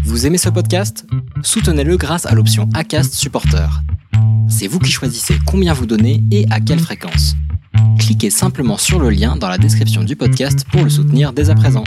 Vous aimez ce podcast ? Soutenez-le grâce à l'option Acast Supporter. C'est vous qui choisissez combien vous donnez et à quelle fréquence. Cliquez simplement sur le lien dans la description du podcast pour le soutenir dès à présent.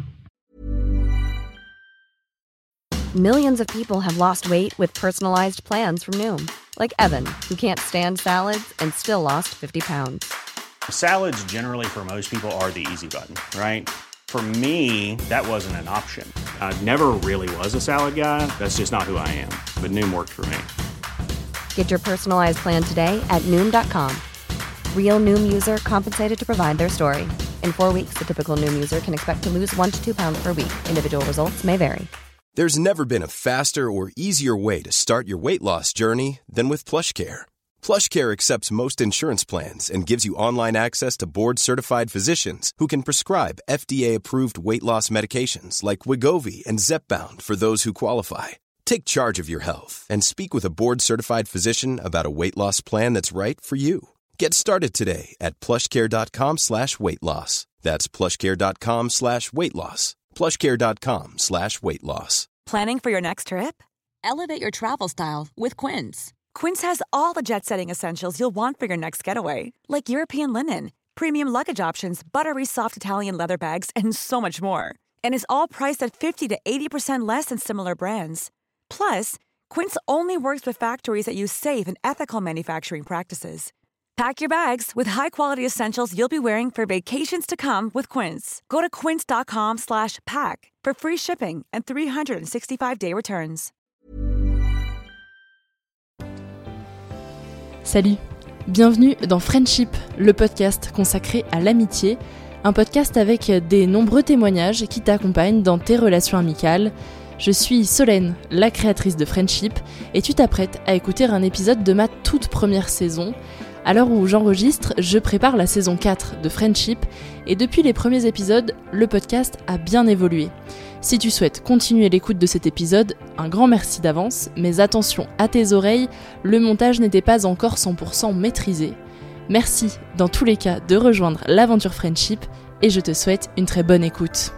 Millions of people have lost weight with personalized plans from Noom. Like Evan, who can't stand salads and still lost 50 pounds. Salads generally for most people are the easy button, right? For me, that wasn't an option. I never really was a salad guy. That's just not who I am. But Noom worked for me. Get your personalized plan today at Noom.com. Real Noom user compensated to provide their story. In 4 weeks, the typical Noom user can expect to lose 1 to 2 pounds per week. Individual results may vary. There's never been a faster or easier way to start your weight loss journey than with PlushCare. PlushCare accepts most insurance plans and gives you online access to board-certified physicians who can prescribe FDA-approved weight loss medications like Wegovy and Zepbound for those who qualify. Take charge of your health and speak with a board-certified physician about a weight loss plan that's right for you. Get started today at plushcare.com/weightloss. That's plushcare.com/weightloss. plushcare.com/weightloss. Planning for your next trip? Elevate your travel style with Quince. Quince has all the jet-setting essentials you'll want for your next getaway, like European linen, premium luggage options, buttery soft Italian leather bags, and so much more. And is all priced at 50 to 80% less than similar brands. Plus, Quince only works with factories that use safe and ethical manufacturing practices. Pack your bags with high-quality essentials you'll be wearing for vacations to come with Quince. Go to quince.com/pack for free shipping and 365-day returns. Salut, bienvenue dans Friendship, le podcast consacré à l'amitié, un podcast avec des nombreux témoignages qui t'accompagnent dans tes relations amicales. Je suis Solène, la créatrice de Friendship, et tu t'apprêtes à écouter un épisode de ma toute première saison. À l'heure où j'enregistre, je prépare la saison 4 de Friendship, et depuis les premiers épisodes, le podcast a bien évolué. Si tu souhaites continuer l'écoute de cet épisode, un grand merci d'avance, mais attention à tes oreilles, le montage n'était pas encore 100% maîtrisé. Merci dans tous les cas de rejoindre l'aventure Friendship, et je te souhaite une très bonne écoute.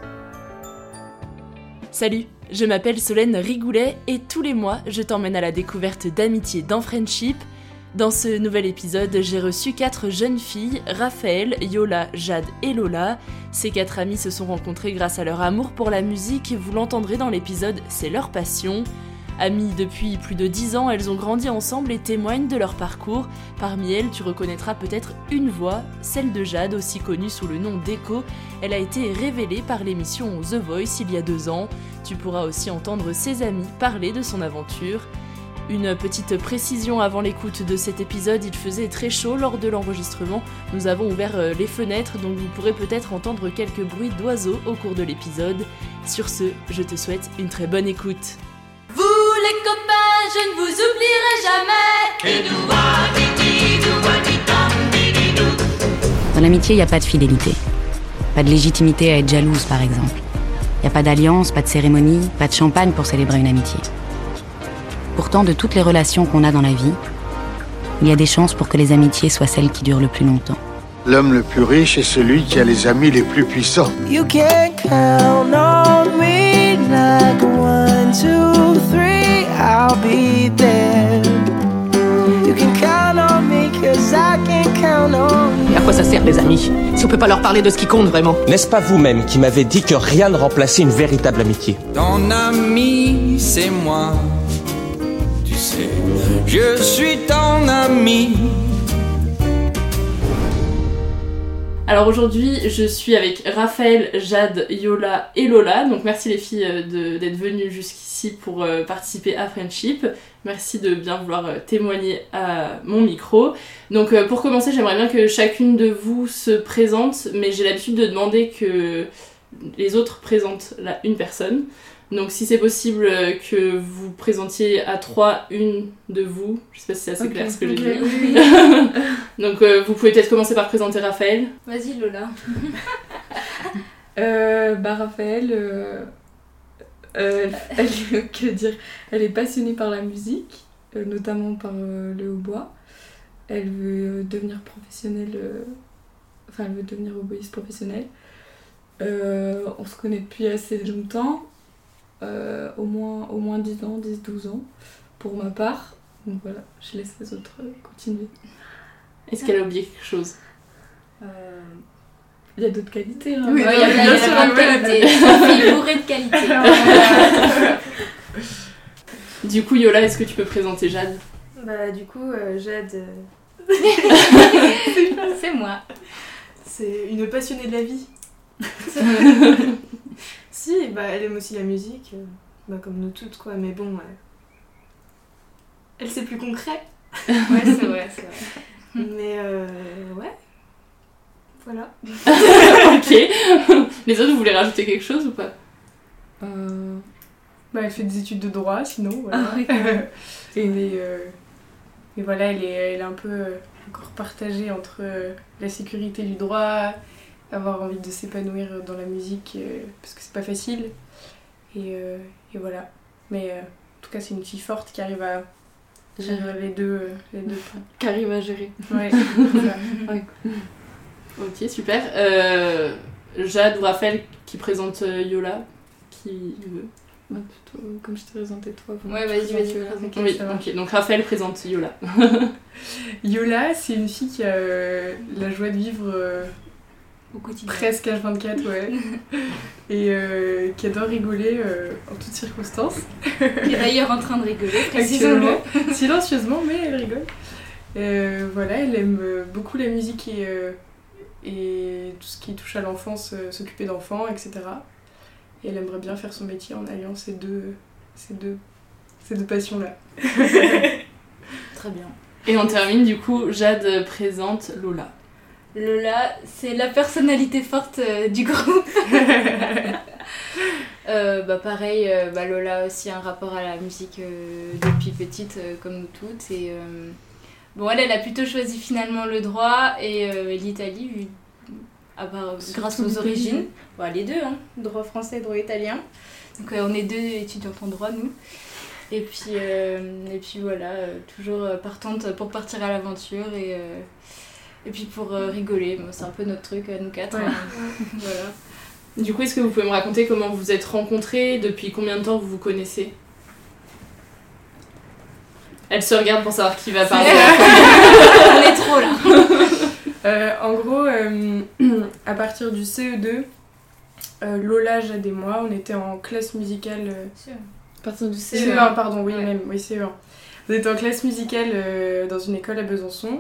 Salut, je m'appelle Solène Rigoulet, et tous les mois, je t'emmène à la découverte d'amitié dans Friendship. Dans ce nouvel épisode, j'ai reçu 4 jeunes filles, Raphaël, Yola, Jade et Lola. Ces 4 amies se sont rencontrées grâce à leur amour pour la musique, vous l'entendrez dans l'épisode, c'est leur passion. Amies depuis plus de 10 ans, elles ont grandi ensemble et témoignent de leur parcours. Parmi elles, tu reconnaîtras peut-être une voix, celle de Jade, aussi connue sous le nom d'Echo. Elle a été révélée par l'émission The Voice il y a 2 ans. Tu pourras aussi entendre ses amis parler de son aventure. Une petite précision avant l'écoute de cet épisode, il faisait très chaud lors de l'enregistrement. Nous avons ouvert les fenêtres, donc vous pourrez peut-être entendre quelques bruits d'oiseaux au cours de l'épisode. Sur ce, je te souhaite une très bonne écoute. Vous les copains, je ne vous oublierai jamais. Dans l'amitié, il n'y a pas de fidélité. Pas de légitimité à être jalouse, par exemple. Il n'y a pas d'alliance, pas de cérémonie, pas de champagne pour célébrer une amitié. Pourtant, de toutes les relations qu'on a dans la vie, il y a des chances pour que les amitiés soient celles qui durent le plus longtemps. L'homme le plus riche est celui qui a les amis les plus puissants. You can count on me like 1, 2, 3, I'll be there. You can count on me 'cause I can count on you. Et à quoi ça sert les amis, si on peut pas leur parler de ce qui compte vraiment? N'est-ce pas vous-même qui m'avez dit que rien ne remplaçait une véritable amitié? Ton ami, c'est moi. Je suis ton ami. Alors aujourd'hui, je suis avec Raphaël, Jade, Yola et Lola. Donc merci les filles d'être venues jusqu'ici pour participer à Friendship. Merci de bien vouloir témoigner à mon micro. Donc pour commencer, j'aimerais bien que chacune de vous se présente, mais j'ai l'habitude de demander que les autres présentent une personne. Donc si c'est possible que vous présentiez à 3 une de vous, je sais pas si c'est assez clair ce que j'ai dit. Oui. Donc vous pouvez peut-être commencer par présenter Raphaël. Vas-y Lola. Raphaël, que dire, elle est passionnée par la musique, notamment par le hautbois. Elle veut devenir professionnelle, elle veut devenir oboïste professionnelle. On se connaît depuis assez longtemps. au moins 10 ans, 10-12 ans, pour ma part. Donc voilà, je laisse les autres continuer. Est-ce qu'elle a oublié quelque chose? Il y a d'autres qualités. Hein. Oui, il y a plein de qualités. Une fille bourrée de qualités. Du coup, Yola, est-ce que tu peux présenter Jade? Bah du coup, Jade... C'est moi. C'est une passionnée de la vie. Si, bah elle aime aussi la musique, comme nous toutes quoi, mais bon, elle c'est plus concret. Ouais, c'est vrai. Mais ouais, voilà. Ok. Les autres, vous voulez rajouter quelque chose ou pas? Elle fait des études de droit, sinon, voilà. Et voilà, elle est un peu encore partagée entre la sécurité du droit, avoir envie de s'épanouir dans la musique, parce que c'est pas facile. Et voilà. Mais en tout cas, c'est une fille forte qui arrive à gérer les deux points. Qui arrive à gérer. Ouais, c'est ça. Ouais. Ok, super. Jade ou Raphaël qui présente Yola, qui veut? Plutôt, comme je t'ai présenté toi. Ouais, vas-y, présente. Oui, ok. Donc Raphaël présente Yola. Yola, c'est une fille qui a la joie de vivre au quotidien. Presque H24, ouais. Et qui adore rigoler en toutes circonstances. Qui est d'ailleurs en train de rigoler, précisément. Silencieusement, mais elle rigole. Voilà, elle aime beaucoup la musique et tout ce qui touche à l'enfance, s'occuper d'enfants, etc. Et elle aimerait bien faire son métier en alliant ces deux passions-là. Très bien. Et on termine, du coup, Jade présente Lola. Lola, c'est la personnalité forte du groupe. Pareil, Lola a aussi un rapport à la musique depuis petite, comme nous toutes. Et, elle a plutôt choisi finalement le droit et l'Italie, grâce aux origines. Les deux, hein, droit français et droit italien. Donc on est deux étudiantes en droit, nous. Et puis voilà, toujours partante pour partir à l'aventure et puis pour rigoler. C'est un peu notre truc à nous quatre. Ouais. Hein. Voilà. Du coup, est-ce que vous pouvez me raconter comment vous vous êtes rencontrés, depuis combien de temps vous vous connaissez? Elle se regarde pour savoir qui va parler. On est trop là. En gros, à partir du CE2, Lola, Jade et moi, on était en classe musicale. À partir du CE1, pardon, oui, même, oui, CE1. On était en classe musicale dans une école à Besançon.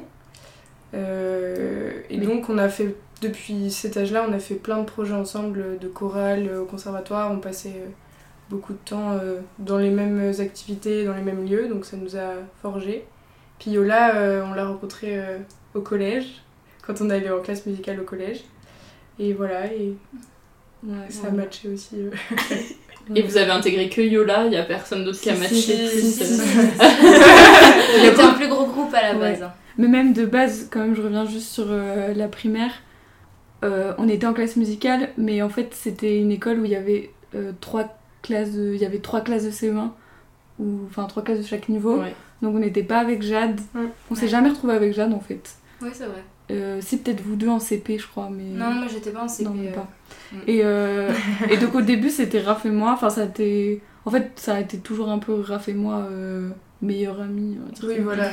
Et donc, on a fait, depuis cet âge-là, on a fait plein de projets ensemble, de chorale, au conservatoire. On passait beaucoup de temps dans les mêmes activités, dans les mêmes lieux, donc ça nous a forgés. Puis Yola, on l'a rencontrée au collège, quand on allait en classe musicale au collège. Et voilà, et ça a matché aussi. Et vous avez intégré que Yola, il n'y a personne d'autre qui a matché plus. On était un plus gros groupe à la base. Ouais. Mais même de base, quand même, je reviens juste sur la primaire, on était en classe musicale, mais en fait c'était une école où il y avait 3 classes de CE1, enfin 3 classes de chaque niveau. Ouais. Donc on n'était pas avec Jade, on s'est jamais retrouvés avec Jade en fait. Oui, c'est vrai. Si, peut-être vous deux en CP, je crois, mais... Non, moi j'étais pas en CP. Non, pas. Et donc au début c'était Raph et moi, enfin ça a été toujours un peu Raph et moi meilleurs amis. Oui, voilà.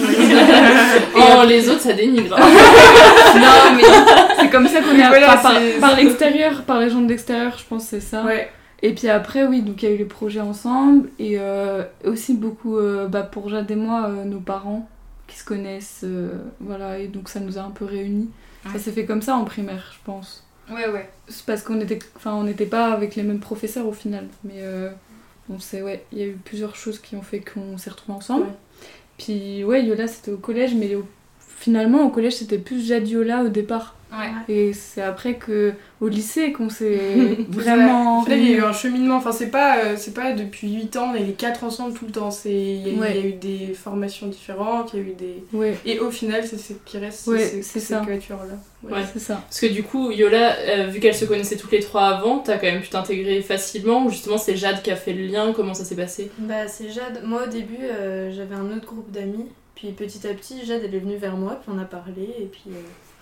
Les autres ça dénigre. Non, mais c'est comme ça qu'on est voilà, par l'extérieur, par les gens de l'extérieur, je pense que c'est ça. Ouais. Et puis après, oui, donc il y a eu les projets ensemble et aussi beaucoup pour Jade et moi, nos parents qui se connaissent, voilà, et donc ça nous a un peu réunis. Ouais. Ça s'est fait comme ça en primaire, je pense. Ouais. C'est parce qu'on n'était pas avec les mêmes professeurs au final, mais il y a eu plusieurs choses qui ont fait qu'on s'est retrouvés ensemble. Ouais. Puis Yola c'était au collège, mais finalement au collège c'était plus Jade Yola au départ. Ouais. Et c'est après au lycée qu'on s'est vraiment... Là, il y a eu un cheminement, enfin c'est pas depuis 8 ans, on est les 4 ensemble tout le temps, il y a eu des formations différentes, il y a eu des... Ouais. Et au final, c'est ce qui reste, c'est cette quatuor-là. Ouais, c'est ça. Parce que du coup, Yola, vu qu'elles se connaissaient toutes les 3 avant, t'as quand même pu t'intégrer facilement, ou justement c'est Jade qui a fait le lien, comment ça s'est passé? C'est Jade, moi au début j'avais un autre groupe d'amis, puis petit à petit Jade elle est venue vers moi, puis on a parlé, et puis...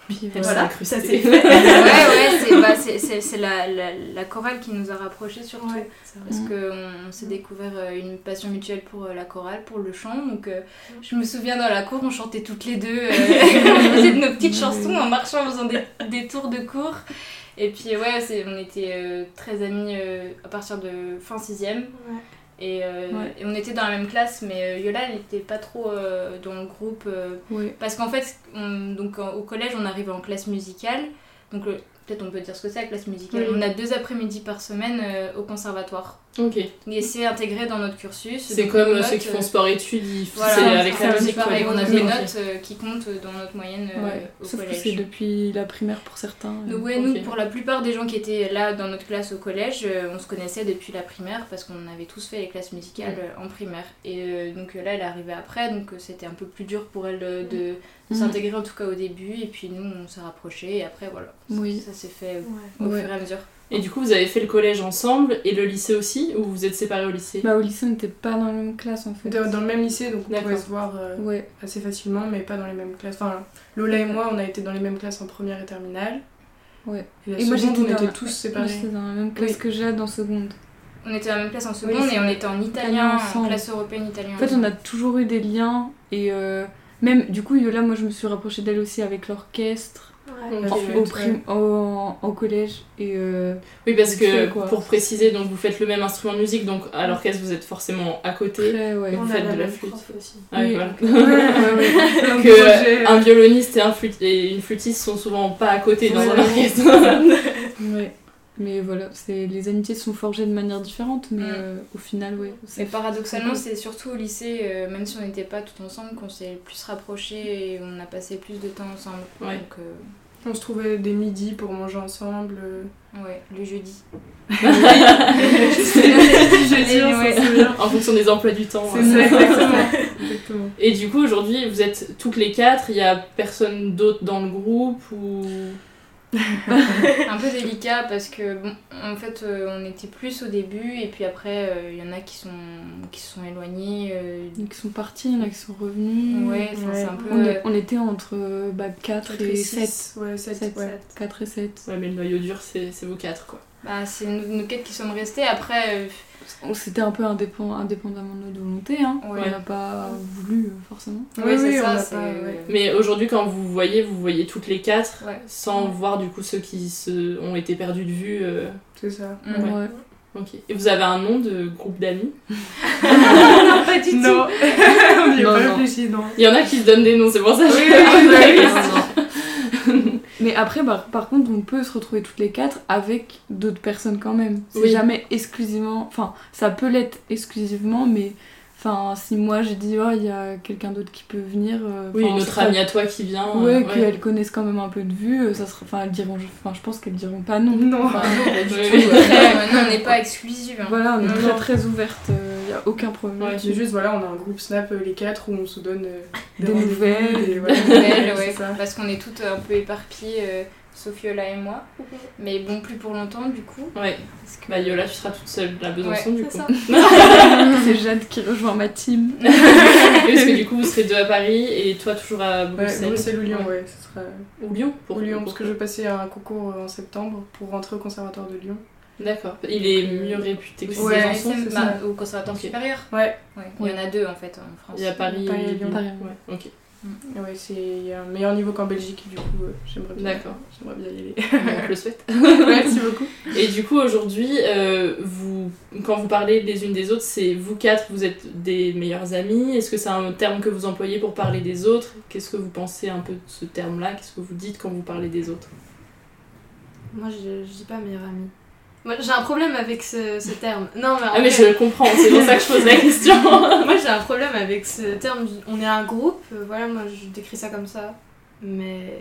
Puis voilà, ça s'est fait. C'est la chorale qui nous a rapprochés surtout. Ouais, parce qu'on s'est découvert une passion mutuelle pour la chorale, pour le chant. Donc je me souviens dans la cour, on chantait toutes les deux. On faisait nos petites chansons en marchant, en faisant des tours de cours. Et puis on était très amis à partir de fin 6ème. Ouais. Et on était dans la même classe, mais Yola elle n'était pas trop dans le groupe parce qu'en fait au collège on arrive en classe musicale, donc peut-être on peut dire ce que c'est la classe musicale. On a 2 après-midi par semaine au conservatoire. Ok. Et c'est intégré dans notre cursus. C'est comme ceux qui font sport-études, c'est avec la musique. Pareil, on a des notes qui comptent dans notre moyenne au sauf collège. Que c'est depuis la primaire pour certains. Donc nous, pour la plupart des gens qui étaient là dans notre classe au collège, on se connaissait depuis la primaire parce qu'on avait tous fait les classes musicales en primaire. Et donc là, elle est arrivée après, donc c'était un peu plus dur pour elle de s'intégrer en tout cas au début. Et puis nous, on s'est rapprochés et après voilà, ça s'est fait au fur et à mesure. Et du coup, vous avez fait le collège ensemble et le lycée aussi, ou vous êtes séparés au lycée ? Au lycée, on n'était pas dans la même classe en fait. Dans le même lycée, donc on pouvait se voir assez facilement, mais pas dans les mêmes classes. Enfin, Lola et moi, on a été dans les mêmes classes en première et terminale. Ouais. Et moi, on était tous séparés. J'étais dans la même classe que Jade en seconde. On était dans la même classe en seconde et on était en italien, en classe européenne italien. En fait, on a toujours eu des liens et même, du coup, Yola, moi, je me suis rapprochée d'elle aussi avec l'orchestre. Au collège et oui, parce que pour préciser, donc vous faites le même instrument de musique, donc à l'orchestre vous êtes forcément à côté et vous faites de la flûte aussi. Que un violoniste et une flûtiste sont souvent pas à côté dans un orchestre. Mais voilà, les amitiés sont forgées de manière différente, mais au final, Mais paradoxalement, c'est surtout au lycée, même si on n'était pas tout ensemble, qu'on s'est plus rapprochés et on a passé plus de temps ensemble. Ouais. Donc, on se trouvait des midis pour manger ensemble. Ouais, le jeudi. En fonction des emplois du temps. C'est ça, exactement. Et du coup, aujourd'hui, vous êtes toutes les 4, il y a personne d'autre dans le groupe ou... Un peu délicat parce que en fait on était plus au début et puis après il y en a qui se sont éloignés, qui sont partis, il y en a qui sont revenus. C'est un peu on était entre 4 et 7. 4 et 7. Ouais, mais le noyau dur c'est vous 4 quoi. C'est nos 4 qui sommes restés. Après c'était un peu indépendamment de notre volonté, hein. On n'a pas voulu forcément. C'est ça. Mais aujourd'hui, quand vous voyez toutes les 4 sans voir du coup ceux qui ont été perdus de vue. C'est ça. Ok. Et vous avez un nom de groupe d'amis ? Non, pas du tout. Non, on n'y a pas réfléchi, non. Il y en a qui se donnent des noms, c'est pour ça que Mais après, par contre, on peut se retrouver toutes les 4 avec d'autres personnes quand même. C'est jamais exclusivement... Enfin, ça peut l'être exclusivement, mais... Enfin, si moi j'ai dit, il y a quelqu'un d'autre qui peut venir... une autre amie à toi qui vient... qu'elles connaissent quand même un peu de vue, ça sera... Enfin, elles diront... Enfin, je pense qu'elles diront pas non. Non, maintenant, on n'est pas exclusive. Hein. Voilà, on est très très ouverte, il n'y a aucun problème. C'est juste, on a un groupe Snap, les 4, où on se donne des nouvelles. Parce qu'on est toutes un peu éparpillées, sauf Yola et moi. Mais bon, plus pour longtemps, du coup. Ouais. Yola, tu seras toute seule à Besançon, du coup. C'est Jade qui rejoint ma team. Parce que du coup, vous serez 2 à Paris et toi toujours à Bruxelles. Bruxelles ou Lyon, ce sera... Ou Lyon Ou Lyon, parce que je vais passer un concours en septembre pour rentrer au conservatoire de Lyon. D'accord. Il est mieux réputé que Besançon, au conservatoire supérieur. Ouais. Il y en a 2 en fait en France. Il y a Paris et Lyon. Ouais. Ok. Il y a un meilleur niveau qu'en Belgique, du coup, j'aimerais bien y aller. On le souhaite. Merci beaucoup. Et du coup, aujourd'hui, quand vous parlez les unes des autres, c'est vous 4, vous êtes des meilleures amies. Est-ce que c'est un terme que vous employez pour parler des autres ? Qu'est-ce que vous pensez un peu de ce terme-là ? Qu'est-ce que vous dites quand vous parlez des autres ? Moi, je dis pas meilleure amie. Moi, j'ai un problème avec ce terme. Non, mais je comprends, c'est pour ça que je pose la question. Moi, j'ai un problème avec ce terme. On est un groupe, moi, je décris ça comme ça. Mais...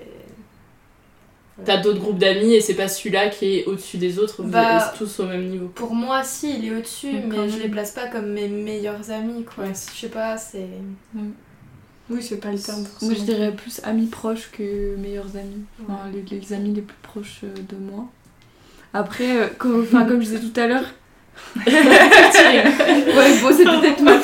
T'as d'autres groupes d'amis et c'est pas celui-là qui est au-dessus des autres, vous êtes tous au même niveau. Pour moi, si, il est au-dessus, mais je les place pas comme mes meilleurs amis, quoi. Je sais pas, c'est... Oui, c'est pas le terme. Moi, je dirais plus amis proches que meilleurs amis. Enfin, les amis les plus proches de moi. Après, comme je disais tout à l'heure... c'est peut-être ma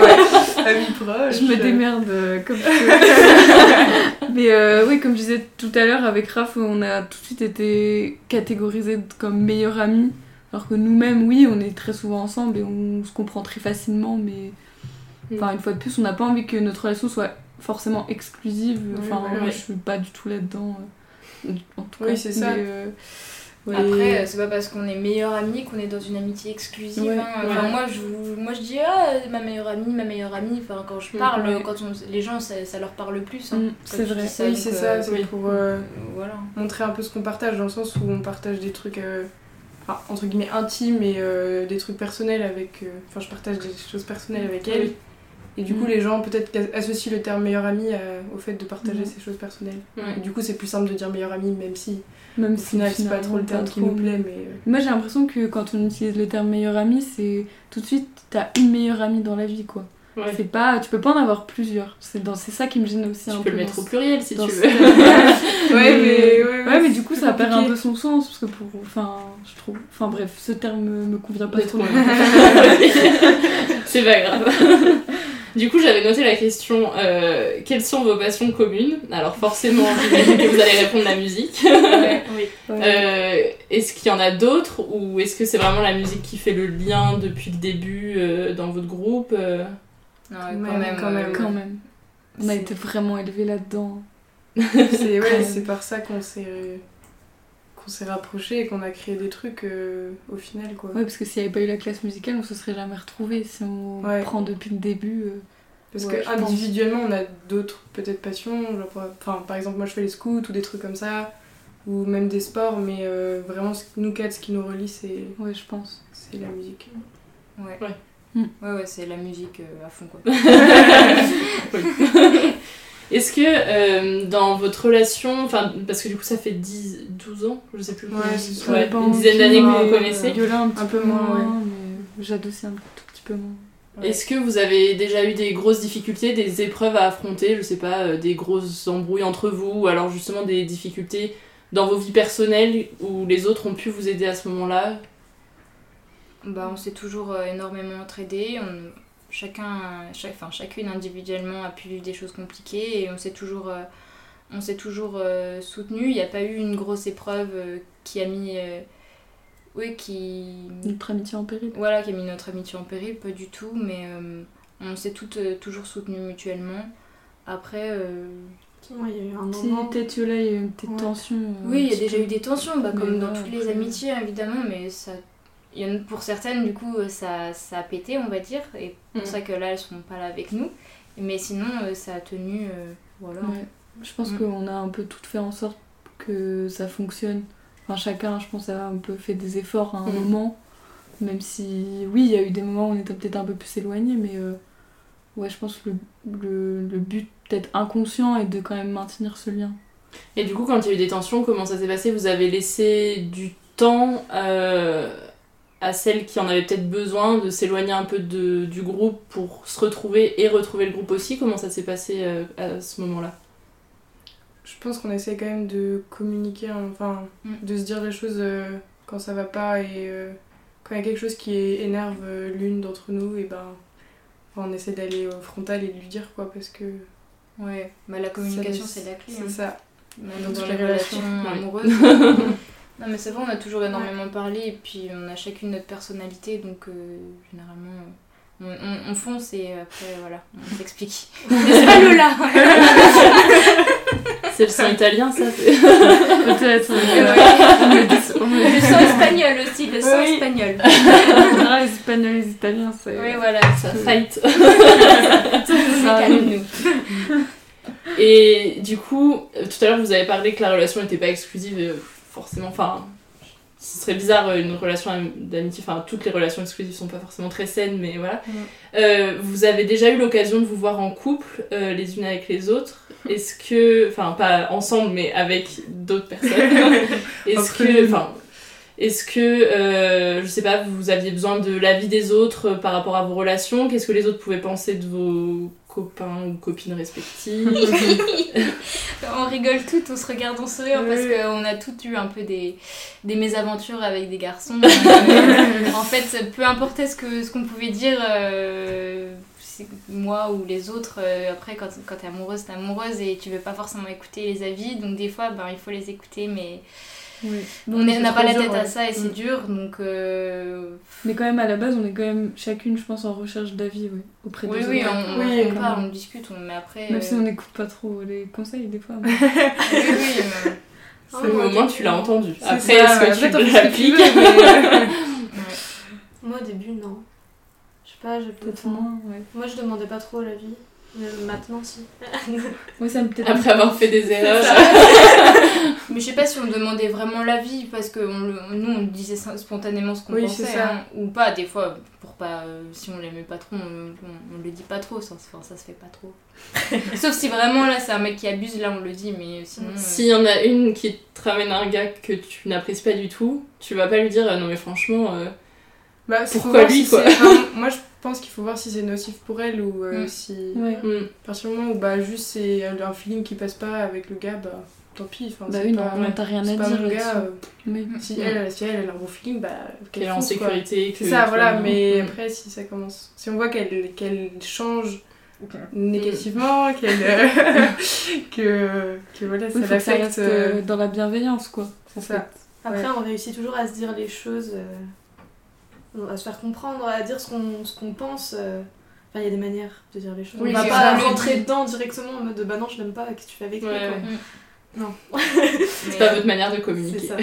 famille, amis proches. Je me démerde comme je peux. Mais comme je disais tout à l'heure avec Raph, on a tout de suite été catégorisés comme meilleurs amis. Alors que nous-mêmes, oui, on est très souvent ensemble et on se comprend très facilement, mais une fois de plus, on n'a pas envie que notre relation soit forcément exclusive. Moi, je suis pas du tout là-dedans. En tout cas, c'est ça. Mais, après, c'est pas parce qu'on est meilleurs amis qu'on est dans une amitié exclusive. Moi, je dis ma meilleure amie. Enfin, quand je parle, quand les gens, ça leur parle plus. C'est vrai. C'est ça. C'est pour montrer un peu ce qu'on partage, dans le sens où on partage des trucs entre guillemets intimes et des trucs personnels avec. Je partage des choses personnelles avec elle. Et du coup, les gens peut-être associent le terme meilleur ami au fait de partager ces choses personnelles. Et du coup, c'est plus simple de dire meilleur ami, même si au final, c'est pas trop le terme qui nous plaît. Mais moi, j'ai l'impression que quand on utilise le terme meilleur ami, c'est tout de suite, t'as une meilleure amie dans la vie, quoi. C'est pas, tu peux pas en avoir plusieurs. C'est ça qui me gêne aussi un peu. Tu peux le mettre au pluriel si tu veux. mais du coup, ça perd un peu son sens parce que je trouve. Enfin bref, ce terme me convient pas trop. C'est pas grave. Du coup, j'avais noté la question quelles sont vos passions communes ? Alors, forcément, j'imagine que vous allez répondre la musique. Est-ce qu'il y en a d'autres ou est-ce que c'est vraiment la musique qui fait le lien depuis le début dans votre groupe Non, quand même. On a été vraiment élevés là-dedans. C'est par ça qu'on s'est rapprochés et qu'on a créé des trucs au final, quoi. Ouais, parce que s'il n'y avait pas eu la classe musicale, on se serait jamais retrouvés si on prend depuis le début. Parce que individuellement, on a d'autres peut-être passions. Par exemple, moi je fais les scouts ou des trucs comme ça, ou même des sports, mais vraiment, nous quatre, ce qui nous relie, c'est. Ouais, je pense. C'est la musique. Ouais, c'est la musique à fond, quoi. Est-ce que dans votre relation, parce que du coup ça fait 12 ans, je sais plus, une dizaine d'années que vous vous connaissez, Yola un peu moins, mais Jade aussi un tout petit peu moins. Est-ce que vous avez déjà eu des grosses difficultés, des épreuves à affronter, je sais pas, des grosses embrouilles entre vous, ou alors justement des difficultés dans vos vies personnelles où les autres ont pu vous aider à ce moment-là ? On s'est toujours énormément entraidés. Chacune individuellement a pu vivre des choses compliquées et on s'est toujours soutenus. Il n'y a pas eu une grosse épreuve qui a mis notre amitié en péril. Voilà, qui a mis notre amitié en péril, pas du tout, mais on s'est toujours soutenus mutuellement. Après il y a eu un moment. Peut-être Yola, il y a eu une petite tension. Oui, il y a déjà eu des tensions, comme dans toutes les amitiés évidemment, mais ça. Pour certaines, du coup, ça a pété, on va dire, et pour ça que là, elles sont pas là avec nous. Mais sinon, ça a tenu, voilà. Ouais. Je pense qu'on a un peu tout fait en sorte que ça fonctionne. Chacun, je pense, a un peu fait des efforts à un moment, même si, oui, il y a eu des moments où on était peut-être un peu plus éloignés, mais je pense que le but, peut-être inconscient, est de quand même maintenir ce lien. Et du coup, quand il y a eu des tensions, comment ça s'est passé ? Vous avez laissé du temps à celles qui en avaient peut-être besoin de s'éloigner un peu du groupe pour se retrouver et retrouver le groupe aussi. Comment ça s'est passé à ce moment-là ? Je pense qu'on essaie quand même de communiquer, de se dire les choses quand ça va pas et quand il y a quelque chose qui énerve l'une d'entre nous, et on essaie d'aller au frontal et de lui dire, quoi, parce que... Ouais, la communication c'est la clé. C'est ça. Même dans les relations amoureuses. Non mais c'est vrai, on a toujours énormément parlé et puis on a chacune notre personnalité, donc généralement on fonce et après voilà, on s'explique. Mais c'est pas Lola. C'est le sang italien, ça. Peut-être. Le sang espagnol aussi, le sang espagnol. Les Espagnols et les Italiens, c'est... Oui voilà, ça fight. Calme-nous. Et du coup, tout à l'heure vous avez parlé que la relation n'était pas exclusive, forcément, ce serait bizarre une relation d'amitié, toutes les relations exclusives sont pas forcément très saines, mais voilà. Vous avez déjà eu l'occasion de vous voir en couple, les unes avec les autres. Est-ce que, pas ensemble, mais avec d'autres personnes, est-ce que, je sais pas, vous aviez besoin de l'avis des autres par rapport à vos relations ? Qu'est-ce que les autres pouvaient penser de vos copains ou copines respectives ? On rigole toutes, on se regarde en souriant parce qu'on a toutes eu un peu des mésaventures avec des garçons. En fait, peu importe ce qu'on pouvait dire, moi ou les autres, après quand t'es amoureuse et tu veux pas forcément écouter les avis, donc des fois il faut les écouter, mais on n'a pas la tête à ça et c'est dur, donc... Mais quand même à la base on est quand même chacune je pense en recherche d'avis auprès des autres. On parle, on discute, mais après... Même si on n'écoute pas trop les conseils des fois. Au moins tu l'as entendu. Après ça, est-ce que tu l'appliques Moi au début non. Je sais pas, peut-être moins, Moi je demandais pas trop l'avis. Maintenant si. Moi ça me peut-être après avoir fait des erreurs. Mais je sais pas si on demandait vraiment l'avis parce que nous on disait spontanément ce qu'on pensait ou pas, des fois pour pas si on l'aimait pas trop on le dit pas trop, ça se fait pas trop. Sauf si vraiment là c'est un mec qui abuse, là on le dit, mais sinon s'il y en a une qui te ramène un gars que tu n'apprécies pas du tout, tu vas pas lui dire non mais franchement pourquoi lui quoi. Moi je pense qu'il faut voir si c'est nocif pour elle ou si à partir du moment où juste c'est un feeling qui passe pas avec le gars, tant pis, t'as rien à dire le gars, si elle a un bon feeling, qu'elle est en sécurité, c'est ça, voilà, mais après si ça commence, si on voit qu'elle change négativement, que voilà, ça l'affecte dans la bienveillance quoi, c'est ça. Après on réussit toujours à se dire les choses, à se faire comprendre, à dire ce qu'on pense. Enfin, il y a des manières de dire les choses. Oui, on va pas rentrer dedans directement en mode non, je l'aime pas, qu'est-ce que tu fais avec lui quoi. Non. C'est pas votre manière de communiquer. C'est ça.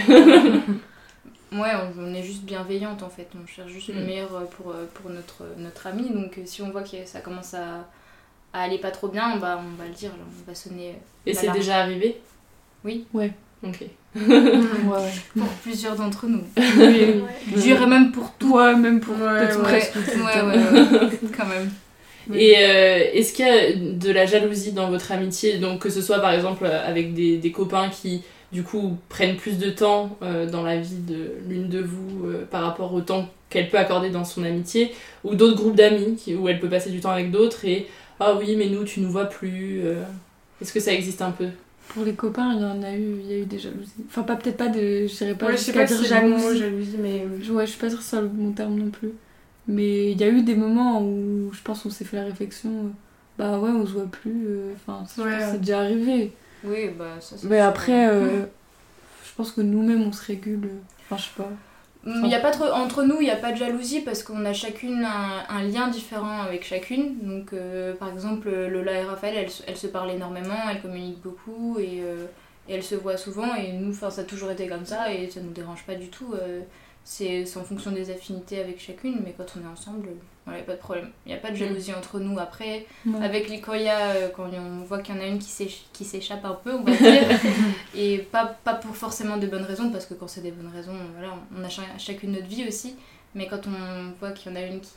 On est juste bienveillante en fait, on cherche juste le meilleur pour notre amie, donc si on voit que ça commence à aller pas trop bien, on va le dire, là, on va sonner. Et c'est déjà arrivé ? Oui. Ouais. Ok. Pour plusieurs d'entre nous. Je dirais même pour tout. Même pour peut-être presque. Quand même. Et est-ce qu'il y a de la jalousie dans votre amitié, donc que ce soit par exemple avec des copains qui du coup prennent plus de temps dans la vie de l'une de vous par rapport au temps qu'elle peut accorder dans son amitié, ou d'autres groupes d'amis où elle peut passer du temps avec d'autres et ah oui mais nous tu nous vois plus, est-ce que ça existe un peu? Pour les copains, il y a eu des jalousies. Enfin, peut-être pas de. Je dirais pas jusqu'à dire jalousie, mais. Je suis pas sûre que c'est le bon terme non plus. Mais il y a eu des moments où je pense qu'on s'est fait la réflexion. On se voit plus. Enfin, c'est déjà arrivé. Oui, ça c'est. Mais après, je pense que nous-mêmes on se régule. Enfin, je sais pas. Y a pas trop, entre nous, il n'y a pas de jalousie parce qu'on a chacune un lien différent avec chacune. Donc, par exemple, Lola et Raphaël, elles se parlent énormément, elles communiquent beaucoup et elles se voient souvent. Et nous, ça a toujours été comme ça et ça ne nous dérange pas du tout. C'est en fonction des affinités avec chacune, mais quand on est ensemble, il n'y a pas de problème. Il n'y a pas de jalousie entre nous. Après, avec quand on voit qu'il y en a une qui s'échappe un peu, on va dire, et pas pour forcément de bonnes raisons, parce que quand c'est des bonnes raisons, voilà, on a chacune notre vie aussi, mais quand on voit qu'il y en a une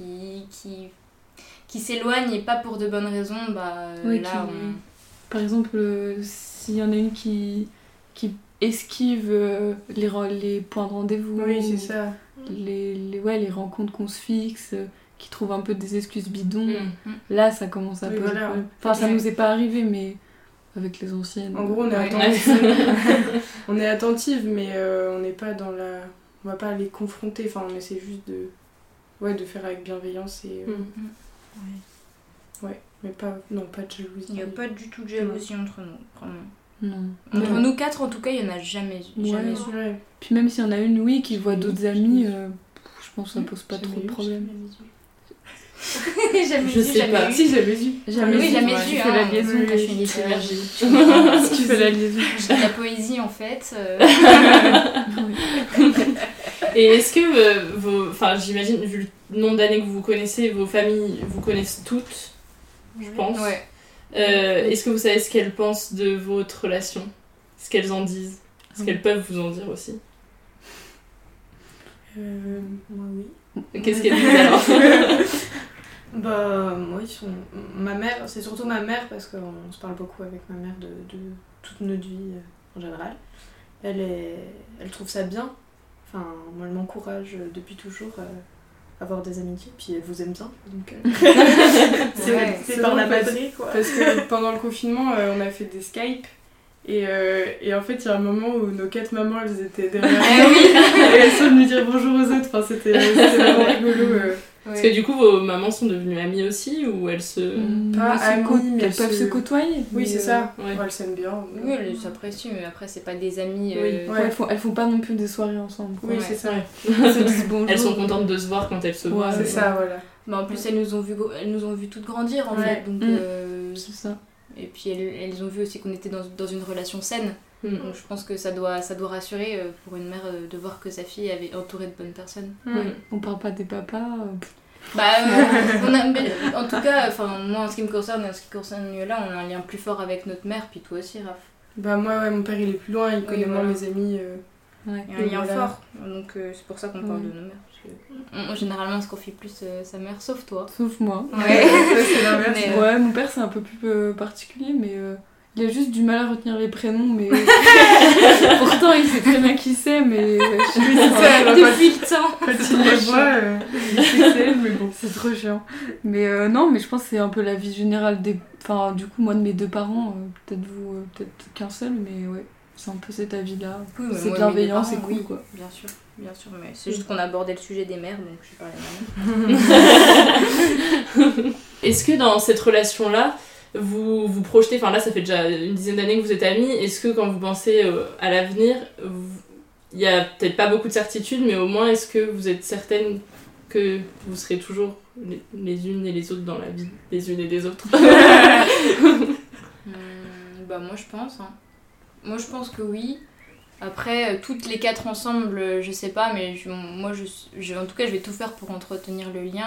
qui s'éloigne et pas pour de bonnes raisons, Par exemple, s'il y en a une qui esquive les points de rendez-vous, c'est ça. Les rencontres qu'on se fixe, qui trouvent un peu des excuses bidons, là ça commence à poser problème. Enfin, ça nous est pas arrivé, mais avec les anciennes. En gros, on est attentive, mais on n'est pas dans la. On va pas les confronter, enfin, on essaie juste de faire avec bienveillance et. Mais pas de jalousie. Il n'y a pas du tout de jalousie entre nous, vraiment. Non. Entre nous quatre, en tout cas, il n'y en a jamais eu. Puis même s'il y en a une, qui voit d'autres amis, je pense que ça pose pas trop de problème. Je sais pas. Si, jamais vu. Jamais vu. Tu fais la liaison quand je fais une énergie. Tu fais la liaison. Je fais de la poésie en fait. Et est-ce que j'imagine, vu le nombre d'années que vous vous connaissez, vos familles vous connaissent toutes, je pense. Ouais. Est-ce que vous savez ce qu'elles pensent de votre relation? Ce qu'elles en disent? Ce qu'elles peuvent vous en dire aussi? Moi oui. Qu'est-ce qu'elles disent alors? Moi ils sont... Ma mère, c'est surtout ma mère parce qu'on se parle beaucoup avec ma mère de toute notre vie en général. Elle trouve ça bien. Enfin, moi elle m'encourage depuis toujours à avoir des amitiés, puis elle vous aime bien, donc c'est par la batterie quoi. Parce que pendant le confinement, on a fait des Skype. Et en fait, il y a un moment où nos 4 mamans, elles étaient derrière nous. Et elles sont venues dire bonjour aux autres. Enfin, c'était vraiment rigolo. Parce que du coup, vos mamans sont devenues amies aussi, ou elles se... Pas amies, mais elles peuvent se côtoyer. Oui, c'est ça. Ouais. Elles s'aiment bien. Oui, elles s'apprécient, mais après, c'est pas des amies. Elles font pas non plus des soirées ensemble. Oui, c'est ça. Elles se disent bonjour. Elles sont contentes de se voir quand elles se voient. C'est ça, voilà. Bah, en plus, elles nous ont vu toutes grandir, en fait. Donc, c'est ça. Et puis, elles ont vu aussi qu'on était dans une relation saine. Donc, je pense que ça doit rassurer pour une mère de voir que sa fille est entourée de bonnes personnes. On parle pas des papas. En tout cas, moi, en ce qui me concerne, Yola, on a un lien plus fort avec notre mère, puis toi aussi, Raph. Bah, moi, mon père, il est plus loin, il connaît moins mes amis. Il y a un lien fort, donc c'est pour ça qu'on parle de nos mères. Parce que, généralement, on se confie plus sa mère, sauf toi. Sauf moi. Ouais, c'est l'inverse. Ouais, mon père, c'est un peu plus particulier, mais il a juste du mal à retenir les prénoms, mais pourtant, il sait très bien qui c'est, mais depuis le temps. Quand il les voit, il sait qui c'est, mais bon. C'est trop chiant. Mais non, mais je pense que c'est un peu la vie générale des... Enfin, du coup, moi, de mes deux parents, peut-être vous, peut-être qu'un seul, mais ouais. C'est un peu cet avis-là. Oui, c'est bienveillant, c'est cool, quoi. Bien sûr, mais c'est juste qu'on a abordé le sujet des mères, donc je suis pas la même. Est-ce que dans cette relation-là, vous vous projetez, enfin là ça fait déjà une dizaine d'années que vous êtes amis, est-ce que quand vous pensez à l'avenir, il y a peut-être pas beaucoup de certitudes, mais au moins est-ce que vous êtes certaine que vous serez toujours les unes et les autres dans la vie, les unes et les autres? Bah moi je pense, Moi je pense que oui. Après, toutes les quatre ensemble, je sais pas, mais en tout cas je vais tout faire pour entretenir le lien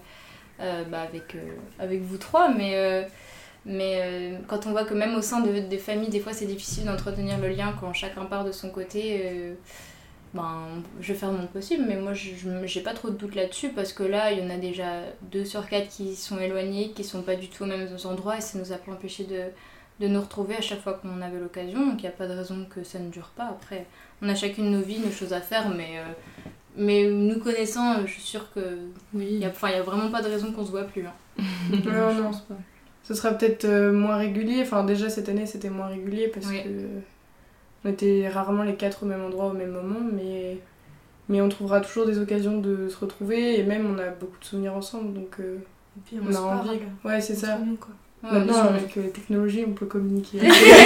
avec vous trois, mais quand on voit que même au sein des familles, des fois c'est difficile d'entretenir le lien quand chacun part de son côté, je vais faire mon possible, mais moi j'ai pas trop de doute là-dessus, parce que là il y en a déjà 2 sur 4 qui sont éloignés, qui sont pas du tout aux mêmes endroits, et ça nous a pas empêché de nous retrouver à chaque fois qu'on avait l'occasion, donc il n'y a pas de raison que ça ne dure pas. Après, on a chacune nos vies, nos choses à faire, mais nous connaissant, je suis sûre que il y a vraiment pas de raison qu'on se voit plus. Non, je pense pas. Ce sera peut-être moins régulier, enfin déjà cette année c'était moins régulier parce que on était rarement les 4 au même endroit au même moment, mais on trouvera toujours des occasions de se retrouver, et même on a beaucoup de souvenirs ensemble, donc et puis on a envie. Ouais, c'est ça. Nous, quoi. Maintenant, avec la technologie, on peut communiquer.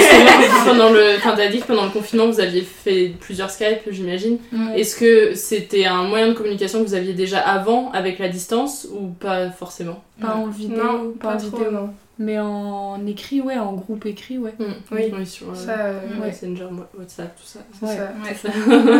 T'as dit que pendant le confinement, vous aviez fait plusieurs Skype, j'imagine. Ouais. Est-ce que c'était un moyen de communication que vous aviez déjà avant, avec la distance, ou pas forcément? Pas en vidéo, non, pas en trop, vidéo. non. Mais en écrit, ouais, en groupe écrit, ouais. Oui, sur ça, Messenger, WhatsApp, tout ça. C'est ça.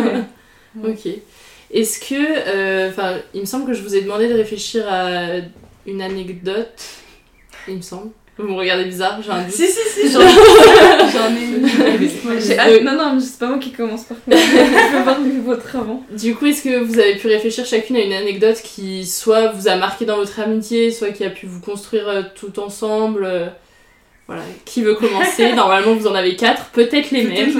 Ok. Est-ce que... il me semble que je vous ai demandé de réfléchir à une anecdote, il me semble. Vous me regardez bizarre, j'ai un doute. Si, j'en ai une. J'ai hâte. Non, mais c'est pas moi qui commence par contre. Je peux voir votre avant. Du coup, est-ce que vous avez pu réfléchir chacune à une anecdote qui soit vous a marqué dans votre amitié, soit qui a pu vous construire tout ensemble Voilà, qui veut commencer? Normalement, vous en avez 4, peut-être les mêmes.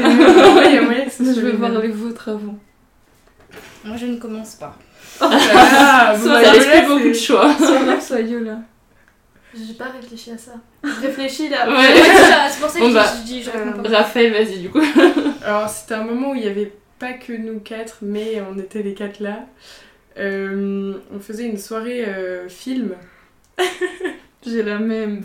Je veux voir les vôtres avant. Moi, je ne commence pas. Ça laisse plus beaucoup de choix. Soit Yola. J'ai pas réfléchi à ça. Je réfléchis là. Ouais. C'est pour ça que je dis je réponds pas. Raphaël, vas-y du coup. Alors c'était un moment où il y avait pas que nous 4, mais on était les 4 là. On faisait une soirée film. J'ai la même.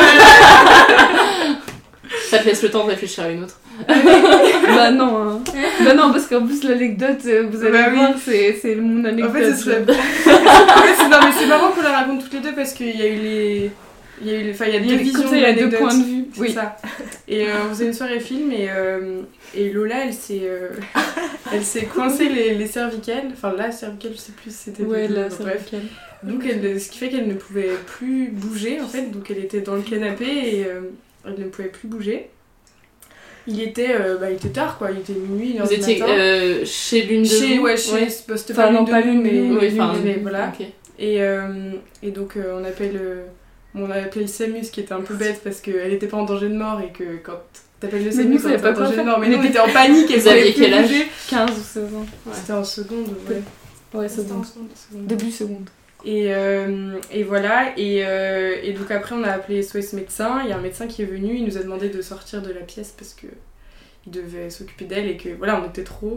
Ça te laisse le temps de réfléchir à une autre. Bah non, parce qu'en plus l'anecdote, vous allez voir, c'est mon anecdote. En fait, ce serait... non, mais c'est marrant qu'on la raconte toutes les deux, parce qu'il y a eu il y a deux visions, il y a 2 points de vue. C'est ça. Et on faisait une soirée film, et Lola, elle s'est coincée les cervicales. Enfin, la cervicale, je sais plus si c'était... Ouais, la cervicale. Donc, ce qui fait qu'elle ne pouvait plus bouger, en fait. Donc, elle était dans le canapé, et elle ne pouvait plus bouger. Il était tard, quoi. Il était minuit, 1h du matin. Vous étiez chez l'une de vous? Ouais, c'était pas l'une, mais voilà. Okay. Et donc, on appelle le SAMU, qui était un peu bête, parce qu'elle était pas en danger de mort, et que quand t'appelles le SAMU, quand t'es en danger de mort, mais nous, on était en panique, et vous aviez quel âge? 15 ou 16 ans. Ouais. C'était en seconde, ouais. Ouais, seconde. Début seconde. Et voilà, et donc après on a appelé SOS médecin, il y a un médecin qui est venu, il nous a demandé de sortir de la pièce parce que il devait s'occuper d'elle, et que voilà, on était trop.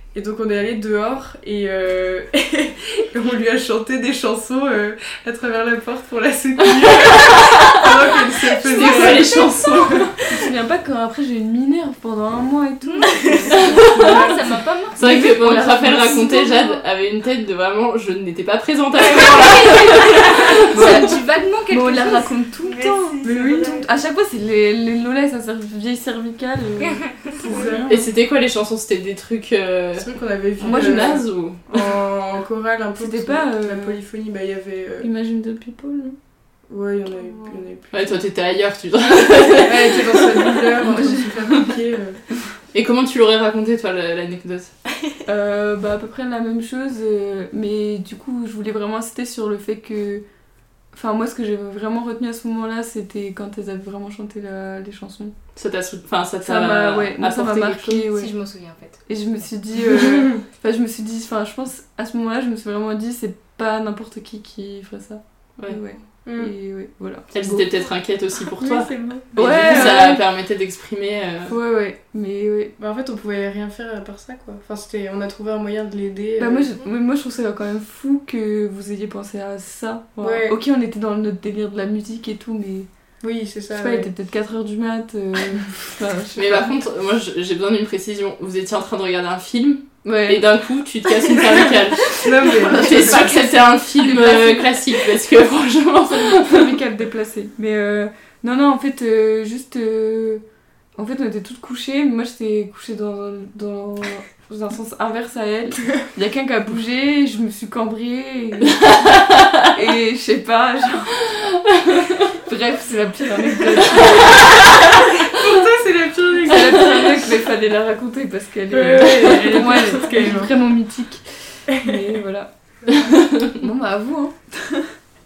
Et donc on est allé dehors et on lui a chanté des chansons à travers la porte pour la secouer. Pendant qu'elle se faisait. C'était quoi les chansons? Je me souviens pas quand après j'ai eu une minerve pendant un mois et tout. Ça m'a pas marqué. C'est vrai que pendant que Raphaël racontait, Jade avait une tête de vraiment je n'étais pas présente à ce moment-là. Ça me dit vaguement quelque chose. On la raconte tout le temps. Mais oui, à chaque fois c'est les Lola et sa vieille cervicale. Et c'était quoi les chansons? C'était des trucs. C'est vrai qu'on avait vu. Moi je naze ou en chorale un peu. C'était pas la polyphonie, bah il y avait. Imagine the People. Ouais, il y en avait plus. Ouais, toi t'étais ailleurs, tu vois. Elle était dans sa douleur, moi j'ai fabriqué. Et comment tu l'aurais raconté toi l'anecdote? Bah à peu près la même chose, mais du coup je voulais vraiment insister sur le fait que. Enfin, moi, ce que j'ai vraiment retenu à ce moment-là, c'était quand elles avaient vraiment chanté les chansons. Ça t'a marqué, ouais. Si je m'en souviens, en fait. Et je me suis dit... je pense, à ce moment-là, je me suis vraiment dit, c'est pas n'importe qui ferait ça. Ouais. Et ouais. Et ouais, voilà. Elles étaient peut-être inquiètes aussi pour toi. C'est beau. Et ouais, du coup, ça permettait d'exprimer... Ouais. Mais ouais. Bah, en fait, on pouvait rien faire à part ça, quoi. Enfin, on a trouvé un moyen de l'aider. Bah, moi, je trouve ça quand même fou que vous ayez pensé à ça. Voilà. Ouais. Ok, on était dans notre délire de la musique et tout, mais... Oui, c'est ça. Je sais pas, il était peut-être 4h du mat. Mais par contre, moi, j'ai besoin d'une précision. Vous étiez en train de regarder un film... Ouais. Et d'un coup, tu te casses une cervicale. Non, mais t'es sûre que c'était un film classique parce que franchement, cervicale déplacée. Mais non, en fait, en fait, on était toutes couchées. Mais moi, j'étais couchée dans un sens inverse à elle. Il y a quelqu'un qui a bougé, je me suis cambriée. Et je sais pas, genre. Bref, c'est la pire anecdote. Pour toi, c'est la pire anecdote. C'est la pire anecdote, mais fallait la raconter parce qu'elle est vraiment mythique. Mais voilà. Bon, bah, à vous, hein.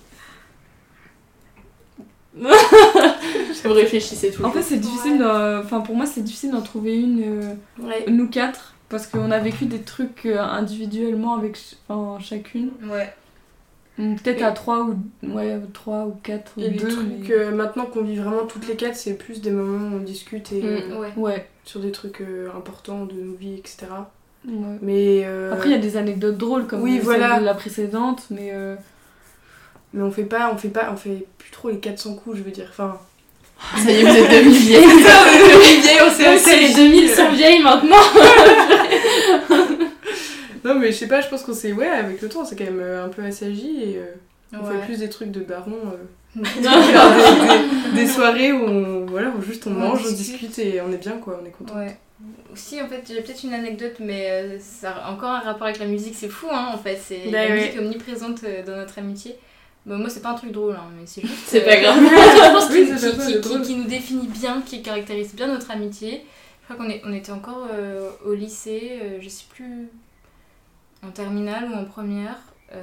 Vous réfléchissez tout. En fait, c'est difficile. Enfin, pour moi, c'est difficile d'en trouver une. Nous quatre, parce qu'on a vécu des trucs individuellement avec chacune. Ouais. Peut-être à 3 ou 4 ou 2. Et les trucs maintenant qu'on vit vraiment toutes les 4, c'est plus des moments où on discute et sur des trucs importants de nos vies, etc. Ouais. Mais après, il y a des anecdotes drôles comme celle de la précédente, mais on fait plus trop les 400 coups, je veux dire. Enfin. Ça y est, vous êtes demi-vieilles. On s'est les 2000 sont vieilles maintenant. Non, mais je sais pas, je pense qu'on s'est. Ouais, avec le temps, on s'est quand même un peu assagi et on fait plus des trucs de daron. Des soirées où on mange, on discute et on est bien, quoi, on est content. Ouais. Aussi, en fait, j'ai peut-être une anecdote, mais ça a encore un rapport avec la musique, c'est fou, hein, en fait. C'est la musique omniprésente dans notre amitié. Bon, moi, c'est pas un truc drôle, hein, mais c'est juste. C'est pas grave. Je pense qui nous définit bien, qui caractérise bien notre amitié. Je crois qu'on était encore au lycée, je sais plus, en terminale ou en première.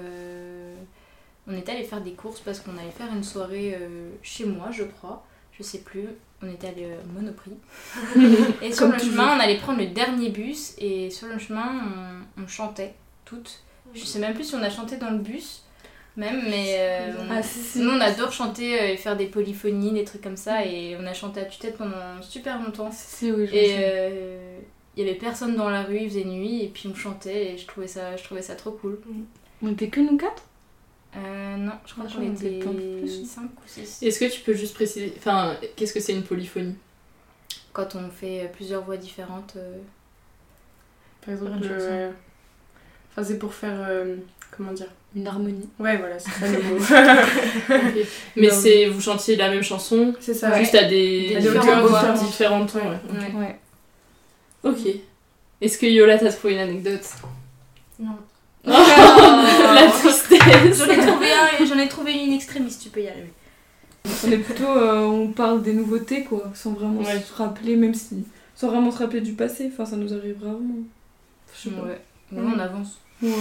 On était allé faire des courses parce qu'on allait faire une soirée chez moi, je crois. Je sais plus. On était allé au Monoprix. Et sur le chemin, on allait prendre le dernier bus. Et sur le chemin, on chantait toutes. Je sais même plus si on a chanté dans le bus. Même, mais nous on adore chanter et faire des polyphonies, des trucs comme ça, et on a chanté à tue-tête pendant super longtemps. Et il y avait personne dans la rue, il faisait nuit, et puis on chantait, et je trouvais ça trop cool. On était que nous 4 non, je crois qu'on était 5 ou 6. Est-ce que tu peux juste préciser, enfin, qu'est-ce que c'est une polyphonie? Quand on fait plusieurs voix différentes. Par exemple, c'est pour faire, comment dire, une harmonie. Ouais, voilà, c'est ça le mot. Okay. Mais vous chantiez la même chanson, c'est ça, juste à des hauteurs différentes. Ouais. Ok. Est-ce que Yola t'as trouvé une anecdote? Non. Oh, la tristesse. J'en ai trouvé une extrémiste, tu peux y aller. On est plutôt, on parle des nouveautés, quoi, sans vraiment se rappeler, même si, sans vraiment se rappeler du passé. Enfin, ça nous arrive rarement. Je sais pas. Ouais, on avance. Ouais.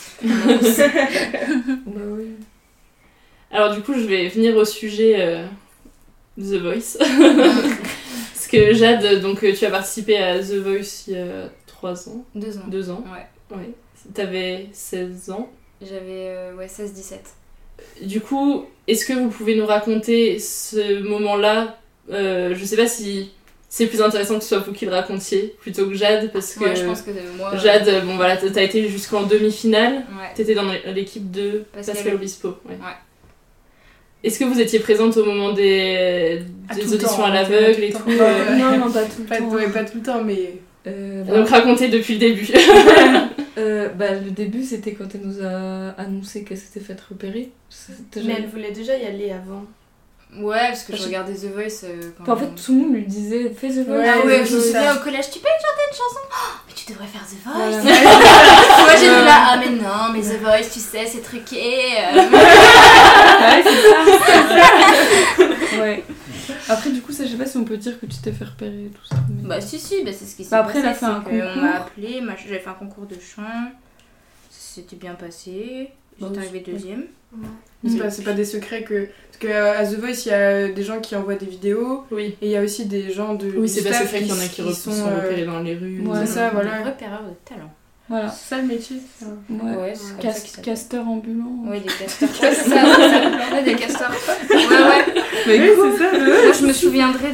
Bah oui. Alors du coup, je vais venir au sujet The Voice. Parce que Jade, donc tu as participé à The Voice il y a 3 ans. 2 ans. 2 ans. Ouais. T'avais 16 ans. J'avais 16-17. Du coup, est-ce que vous pouvez nous raconter ce moment-là? Je sais pas si c'est plus intéressant que ce soit vous qui le racontiez plutôt que Jade, parce que je pense que moi... Jade, bon voilà, t'as été jusqu'en demi-finale, Ouais. t'étais dans l'équipe de Pascal Obispo. Ouais. Ouais. Est-ce que vous étiez présente au moment des auditions à l'aveugle et tout Non, pas tout le temps. Ouais, pas tout le temps, mais... Donc racontez depuis le début. Le début, c'était quand elle nous a annoncé qu'elle s'était faite repérer. Mais elle voulait déjà y aller avant. Ouais, parce que je regardais The Voice quand en fait, tout le monde lui disait fais The Voice. Ah ouais, je me souviens au collège, tu peux chanter une chanson? Oh, mais tu devrais faire The Voice. Moi j'étais là, ah mais non, mais The Voice, tu sais, c'est truqué. Ouais, c'est ça. Ouais. Après, du coup, ça, je sais pas si on peut dire que tu t'es fait repérer et tout ça. Mais... Bah si, c'est ce qui s'est après, passé. elle a fait un concours. On m'a appelé, j'avais fait un concours de chant, c'était bien passé. J'étais arrivée deuxième. Ouais. C'est pas des secrets que... Parce qu'à The Voice, il y a des gens qui envoient des vidéos. Oui. Et il y a aussi des gens de... Oui, c'est pas secret qu'il y en a qui sont repérés dans les rues. Ouais, c'est ça, voilà. Des repéreurs de talent. Voilà. C'est ça le métier. Ouais, casteur ambulant. Ouais, des casteurs. Ouais, c'est ça. Ouais, des casteurs. Ouais. Mais oui, c'est ça. Moi, je me souviendrai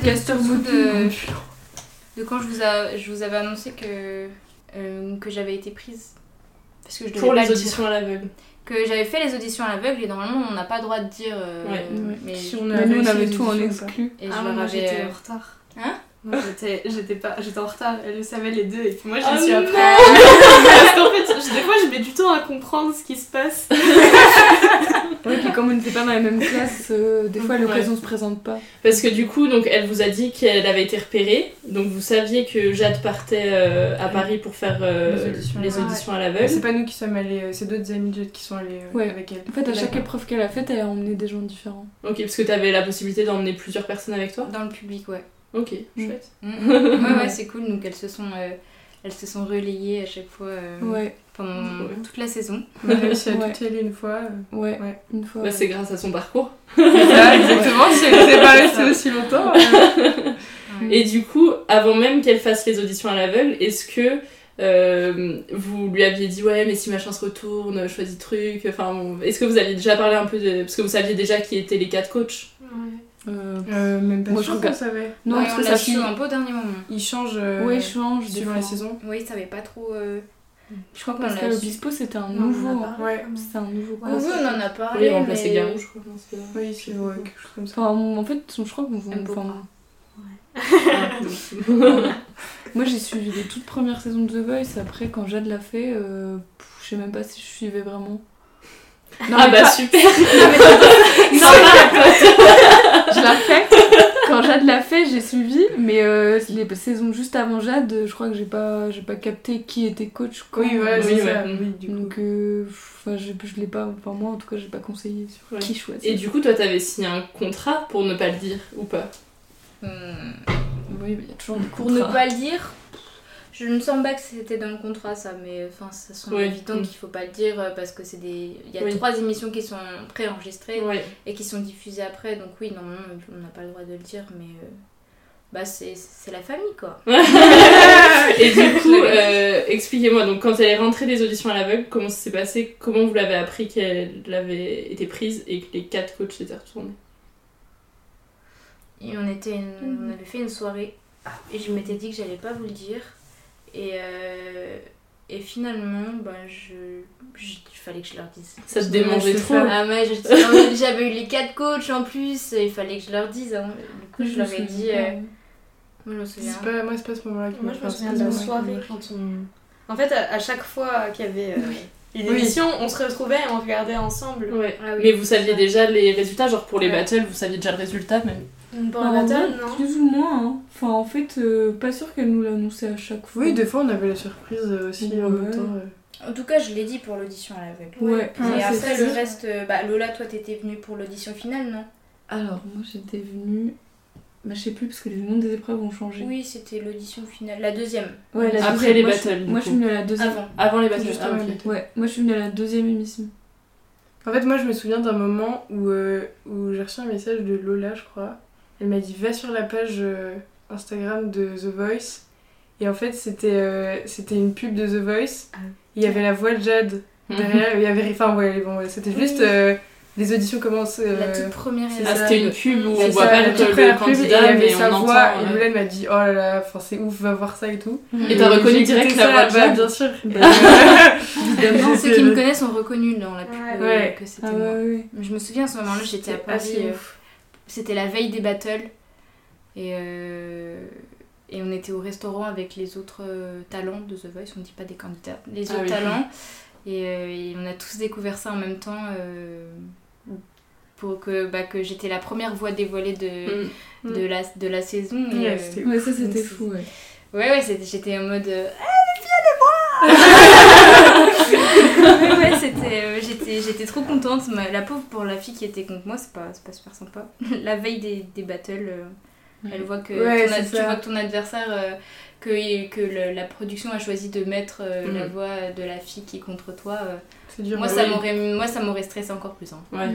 de quand je vous avais annoncé que j'avais été prise. Parce que je devais pour pas les le auditions dire. à l'aveugle. Que j'avais fait les auditions à l'aveugle et normalement on n'a pas le droit de dire. Mais nous on avait tout en exclu. Et j'étais en retard. Hein? Moi j'étais en retard, elle le savait les deux et puis moi je Oh suis non. après. Parce qu'en fait, des fois je mets du temps à comprendre ce qui se passe. Ouais, puis comme on n'était pas dans la même classe, des fois l'occasion se présente pas. Parce que du coup, donc, elle vous a dit qu'elle avait été repérée, donc vous saviez que Jade partait à Paris pour faire les auditions à l'aveugle. C'est pas nous qui sommes allés, c'est d'autres amis de Jade qui sont allés avec elle. En fait, à chaque épreuve qu'elle a faite, elle a emmené des gens différents. Ok, parce que t'avais la possibilité d'emmener plusieurs personnes avec toi? Dans le public, ouais. Ok, chouette. Ouais, c'est cool, donc elles se sont relayées à chaque fois pendant toute la saison. On a réussi à tout y aller une fois. Ouais, une fois. Bah, c'est grâce à son parcours. C'est ça, exactement, si elle n'était pas restée aussi longtemps. Et du coup, avant même qu'elle fasse les auditions à l'aveugle, est-ce que vous lui aviez dit ouais mais si machin se retourne, choisis truc, enfin est-ce que vous aviez déjà parlé un peu de... Parce que vous saviez déjà qui étaient les 4 coachs? Même pas sûr qu'on savait. Non, parce que ça suit un peu au dernier moment. Ils changent suivant la saison. Oui, ça savait pas trop... Je crois que Pascal Obispo c'était un nouveau. C'était un nouveau coach. Oui, on en a parlé. Oui, remplacé Garou, je crois. Oui, c'est quelque chose comme ça. Enfin, en fait, je crois qu'on moi j'ai suivi les toutes premières saisons de The Voice, après quand Jade l'a fait, je sais même pas si je suivais vraiment. Non, ah bah pas... super. Je l'ai fait. Quand Jade l'a fait, j'ai suivi, mais les saisons juste avant Jade, je crois que j'ai pas capté qui était coach. Oui, ouais, c'est ça. Oui, du coup. Donc, je l'ai pas. Enfin, moi en tout cas, j'ai pas conseillé sur qui choisir. Et du coup, toi, t'avais signé un contrat pour ne pas le dire ou pas? Oui, mais il y a toujours des pour contrats. Ne pas le dire, je ne sens pas que c'était dans le contrat ça, mais enfin ça semble évident qu'il faut pas le dire parce que c'est il y a 3 émissions qui sont préenregistrées et qui sont diffusées après, donc oui normalement on n'a pas le droit de le dire, mais bah c'est la famille quoi. Et du coup expliquez-moi, donc quand elle est rentrée des auditions à l'aveugle, comment ça s'est passé, comment vous l'avez appris qu'elle avait été prise et que les 4 coachs s'étaient retournés? Et on avait fait une soirée et je m'étais dit que j'allais pas vous le dire et finalement il fallait que je leur dise. Ça te démangeait trop? Ah ouais, j'avais eu les 4 coachs en plus, il fallait que je leur dise hein. Du coup je leur ai dit moi je me souviens moi c'est pas ce moment là moi je me souviens de la soirée quand on... En fait à chaque fois qu'il y avait une émission, on se retrouvait et on regardait ensemble. Mais vous saviez déjà les résultats, genre pour les battles, vous saviez déjà le résultat même? Pour la battle, non. Plus ou moins, hein. Enfin, en fait, pas sûr qu'elle nous l'annonçait à chaque fois. Oui, des fois on avait la surprise aussi en même temps. En tout cas, je l'ai dit pour l'audition à l'aveugle. Ouais. Et après, le reste... Lola, toi, t'étais venue pour l'audition finale, non? Alors, moi, j'étais venue... je sais plus, parce que les noms des épreuves ont changé. Oui, c'était l'audition finale. La deuxième. Ouais, la après les battles. Moi, je suis venue à la deuxième. Avant les battles. Ouais, moi, je suis venue à la deuxième émission. En fait, moi, je me souviens d'un moment où j'ai reçu un message de Lola, je crois. Elle m'a dit va sur la page Instagram de The Voice, et en fait c'était une pub de The Voice. Il y avait la voix de Jade derrière, il y avait c'était juste les auditions commencent. La toute première. C'était une pub où on C'est voit ça, pas la toute le première pub, et il y candidat, avait mais sa on voix, entend. et Loulane m'a dit oh là là, c'est ouf, va voir ça et tout. Et t'as reconnu direct la voix de Jade. Bien sûr. Évidemment, ceux qui me connaissent ont reconnu dans la pub que c'était moi. Ouais. Je me souviens à ce moment-là, j'étais à Paris. C'était la veille des battles. Et on était au restaurant avec les autres talents de The Voice, on ne dit pas des candidats, les autres talents. Et on a tous découvert ça en même temps pour que j'étais la première voix dévoilée de la saison. Ouais, ça c'était fou, ouais. Ouais, j'étais en mode viens j'étais trop contente. La pauvre, pour la fille qui était contre moi, c'est pas super sympa. La veille des battles, elle voit que tu vois que ton adversaire, que la production a choisi de mettre la voix de la fille qui est contre toi. C'est dur. Moi, ça m'aurait stressé encore plus. Hein. Ouais.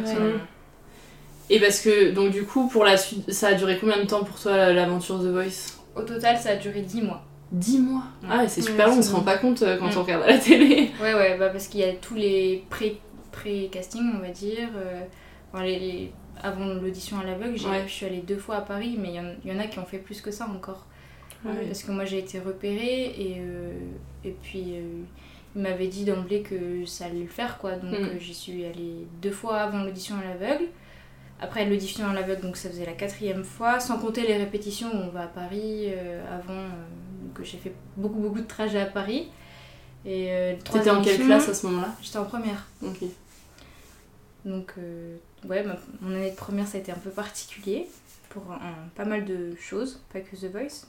Et parce que, donc du coup, pour la suite, ça a duré combien de temps pour toi l'aventure The Voice ? Au total, ça a duré 10 mois. 10 mois ? Ah ouais, c'est super long, on se rend pas compte quand on regarde à la télé. Ouais, parce qu'il y a tous les pré-castings, on va dire. Avant l'audition à l'aveugle, je suis allée 2 fois à Paris, mais il y en a qui ont fait plus que ça encore. Parce que moi j'ai été repérée et puis il m'avait dit d'emblée que ça allait le faire, quoi. Donc j'y suis allée 2 fois avant l'audition à l'aveugle. Après l'audition à l'aveugle, donc ça faisait la 4e fois, sans compter les répétitions où on va à Paris avant, que j'ai fait beaucoup de trajets à Paris. Et t'étais en quelle classe à ce moment-là ? J'étais en première. Ok. Donc mon année de première ça a été un peu particulier pour pas mal de choses, pas que The Voice,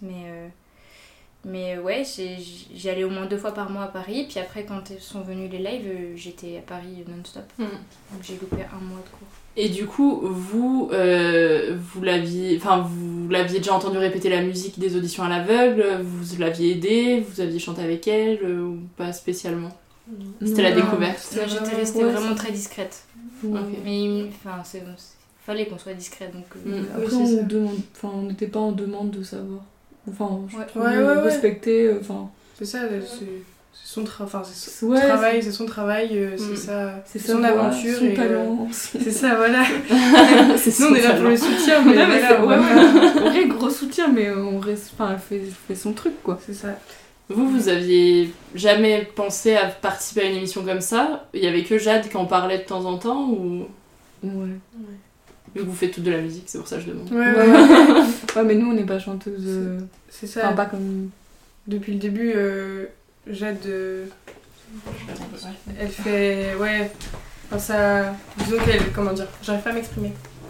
mais ouais, j'y allais au moins 2 fois par mois à Paris, puis après quand sont venus les lives, j'étais à Paris non-stop. Donc j'ai loupé 1 mois de cours. Et du coup, vous l'aviez déjà entendu répéter la musique des auditions à l'aveugle, vous l'aviez aidée, vous aviez chanté avec elle, ou pas spécialement ? C'était la découverte. Non, j'étais restée vraiment très discrète. Ouais. Mais fallait qu'on soit discret, donc... Après, on n'était pas en demande de savoir. Enfin, je trouvais respecter, c'est ça, c'est son travail, c'est son travail, c'est son aventure, son et talent. C'est ça, voilà. Nous on est là pour le soutien, mais vrai gros soutien, mais elle fait son truc, quoi. C'est ça. Vous aviez jamais pensé à participer à une émission comme ça ? Il y avait que Jade qui en parlait de temps en temps, ou... Ouais. Vu que vous faites toute de la musique, c'est pour ça que je demande. Ouais, mais nous on n'est pas chanteuse. C'est ça. Enfin, pas comme. Depuis le début, Jade. Elle fait. Ouais. Enfin, ça. Disons qu'elle. Comment dire ? J'arrive pas à m'exprimer.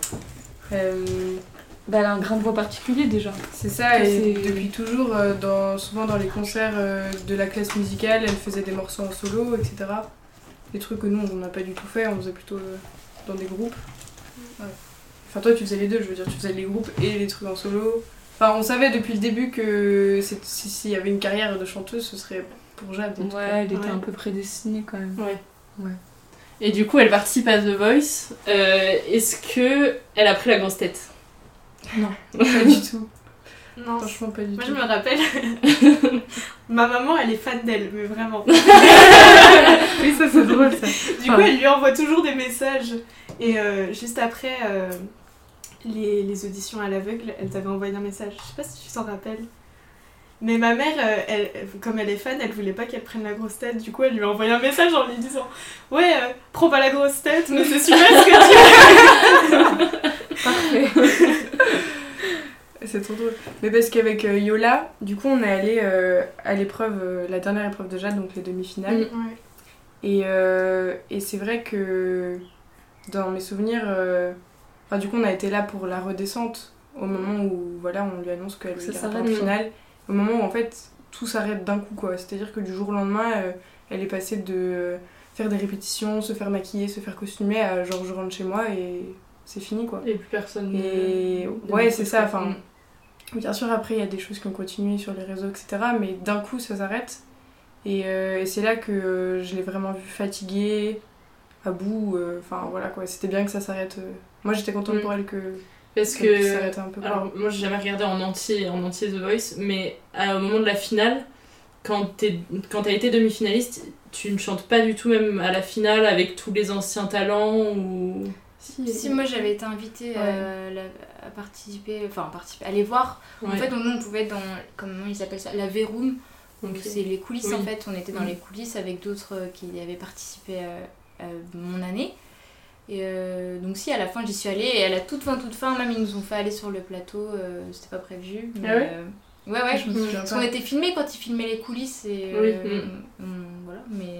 Elle a un grain de voix particulier déjà. C'est ça, et depuis toujours, souvent dans les concerts de la classe musicale, elle faisait des morceaux en solo, etc. Des trucs que nous on n'a pas du tout fait, on faisait plutôt dans des groupes. Ouais. Enfin, toi tu faisais les deux, je veux dire, tu faisais les groupes et les trucs en solo. Enfin, on savait depuis le début que s'il y avait une carrière de chanteuse, ce serait pour Jade. Ouais, elle était un peu prédestinée quand même. Ouais. Et du coup, elle participe à The Voice. Est-ce que elle a pris la grosse tête ? Non, pas du tout. Non, franchement pas du tout. Moi je me rappelle, ma maman elle est fan d'elle, mais vraiment. Oui, ça c'est drôle ça. Du coup elle lui envoie toujours des messages. Et juste après les auditions à l'aveugle, elle t'avait envoyé un message. Je sais pas si tu t'en rappelles. Mais ma mère, comme elle est fan, elle voulait pas qu'elle prenne la grosse tête. Du coup elle lui a envoyé un message en lui disant ouais, prends pas la grosse tête, mais c'est super ce que tu fais. Parfait. C'est trop drôle. Mais parce qu'avec Yola, du coup, on est allé à l'épreuve, la dernière épreuve de Jade, donc les demi-finales. Et c'est vrai que dans mes souvenirs, du coup, on a été là pour la redescente au moment où voilà, on lui annonce qu'elle ira en finale. Au moment où en fait tout s'arrête d'un coup, quoi. C'est-à-dire que du jour au lendemain, elle est passée de faire des répétitions, se faire maquiller, se faire costumer à genre je rentre chez moi et c'est fini, quoi. Et plus personne. Et ouais, c'est ça. Enfin, bien sûr, après il y a des choses qui ont continué sur les réseaux, etc. Mais d'un coup, ça s'arrête. Et c'est là que je l'ai vraiment vue fatiguée, à bout. Enfin voilà, quoi. C'était bien que ça s'arrête. Moi, j'étais contente pour elle que. Parce que. Un peu, alors, moi, j'ai jamais regardé en entier The Voice, mais au moment de la finale, quand t'as été demi-finaliste, tu ne chantes pas du tout, même à la finale, avec tous les anciens talents ou. Si, moi j'avais été invitée à participer, à les voir. En fait, on pouvait être dans, comment ils appellent ça, la V-Room. Donc c'est les coulisses en fait. On était dans les coulisses avec d'autres qui avaient participé à mon année. Et donc si, à la fin j'y suis allée et à la toute fin, même ils nous ont fait aller sur le plateau. C'était pas prévu. Mais, ouais, je me souviens. Parce qu'on était filmés quand ils filmaient les coulisses et voilà,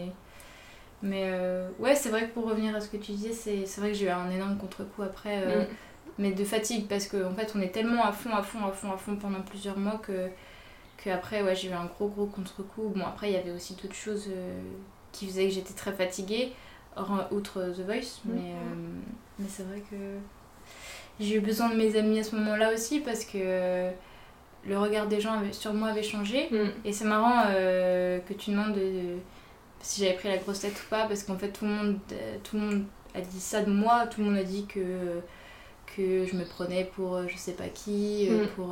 mais ouais, c'est vrai que pour revenir à ce que tu disais, c'est vrai que j'ai eu un énorme contre-coup après, mais de fatigue, parce qu'en fait on est tellement à fond pendant plusieurs mois que après j'ai eu un gros contre-coup. Bon, après il y avait aussi d'autres choses qui faisaient que j'étais très fatiguée, outre The Voice, mais c'est vrai que j'ai eu besoin de mes amis à ce moment-là aussi, parce que le regard des gens sur moi avait changé. Et c'est marrant que tu demandes si j'avais pris la grosse tête ou pas, parce qu'en fait tout le monde a dit ça de moi. Tout le monde a dit que je me prenais pour je sais pas qui,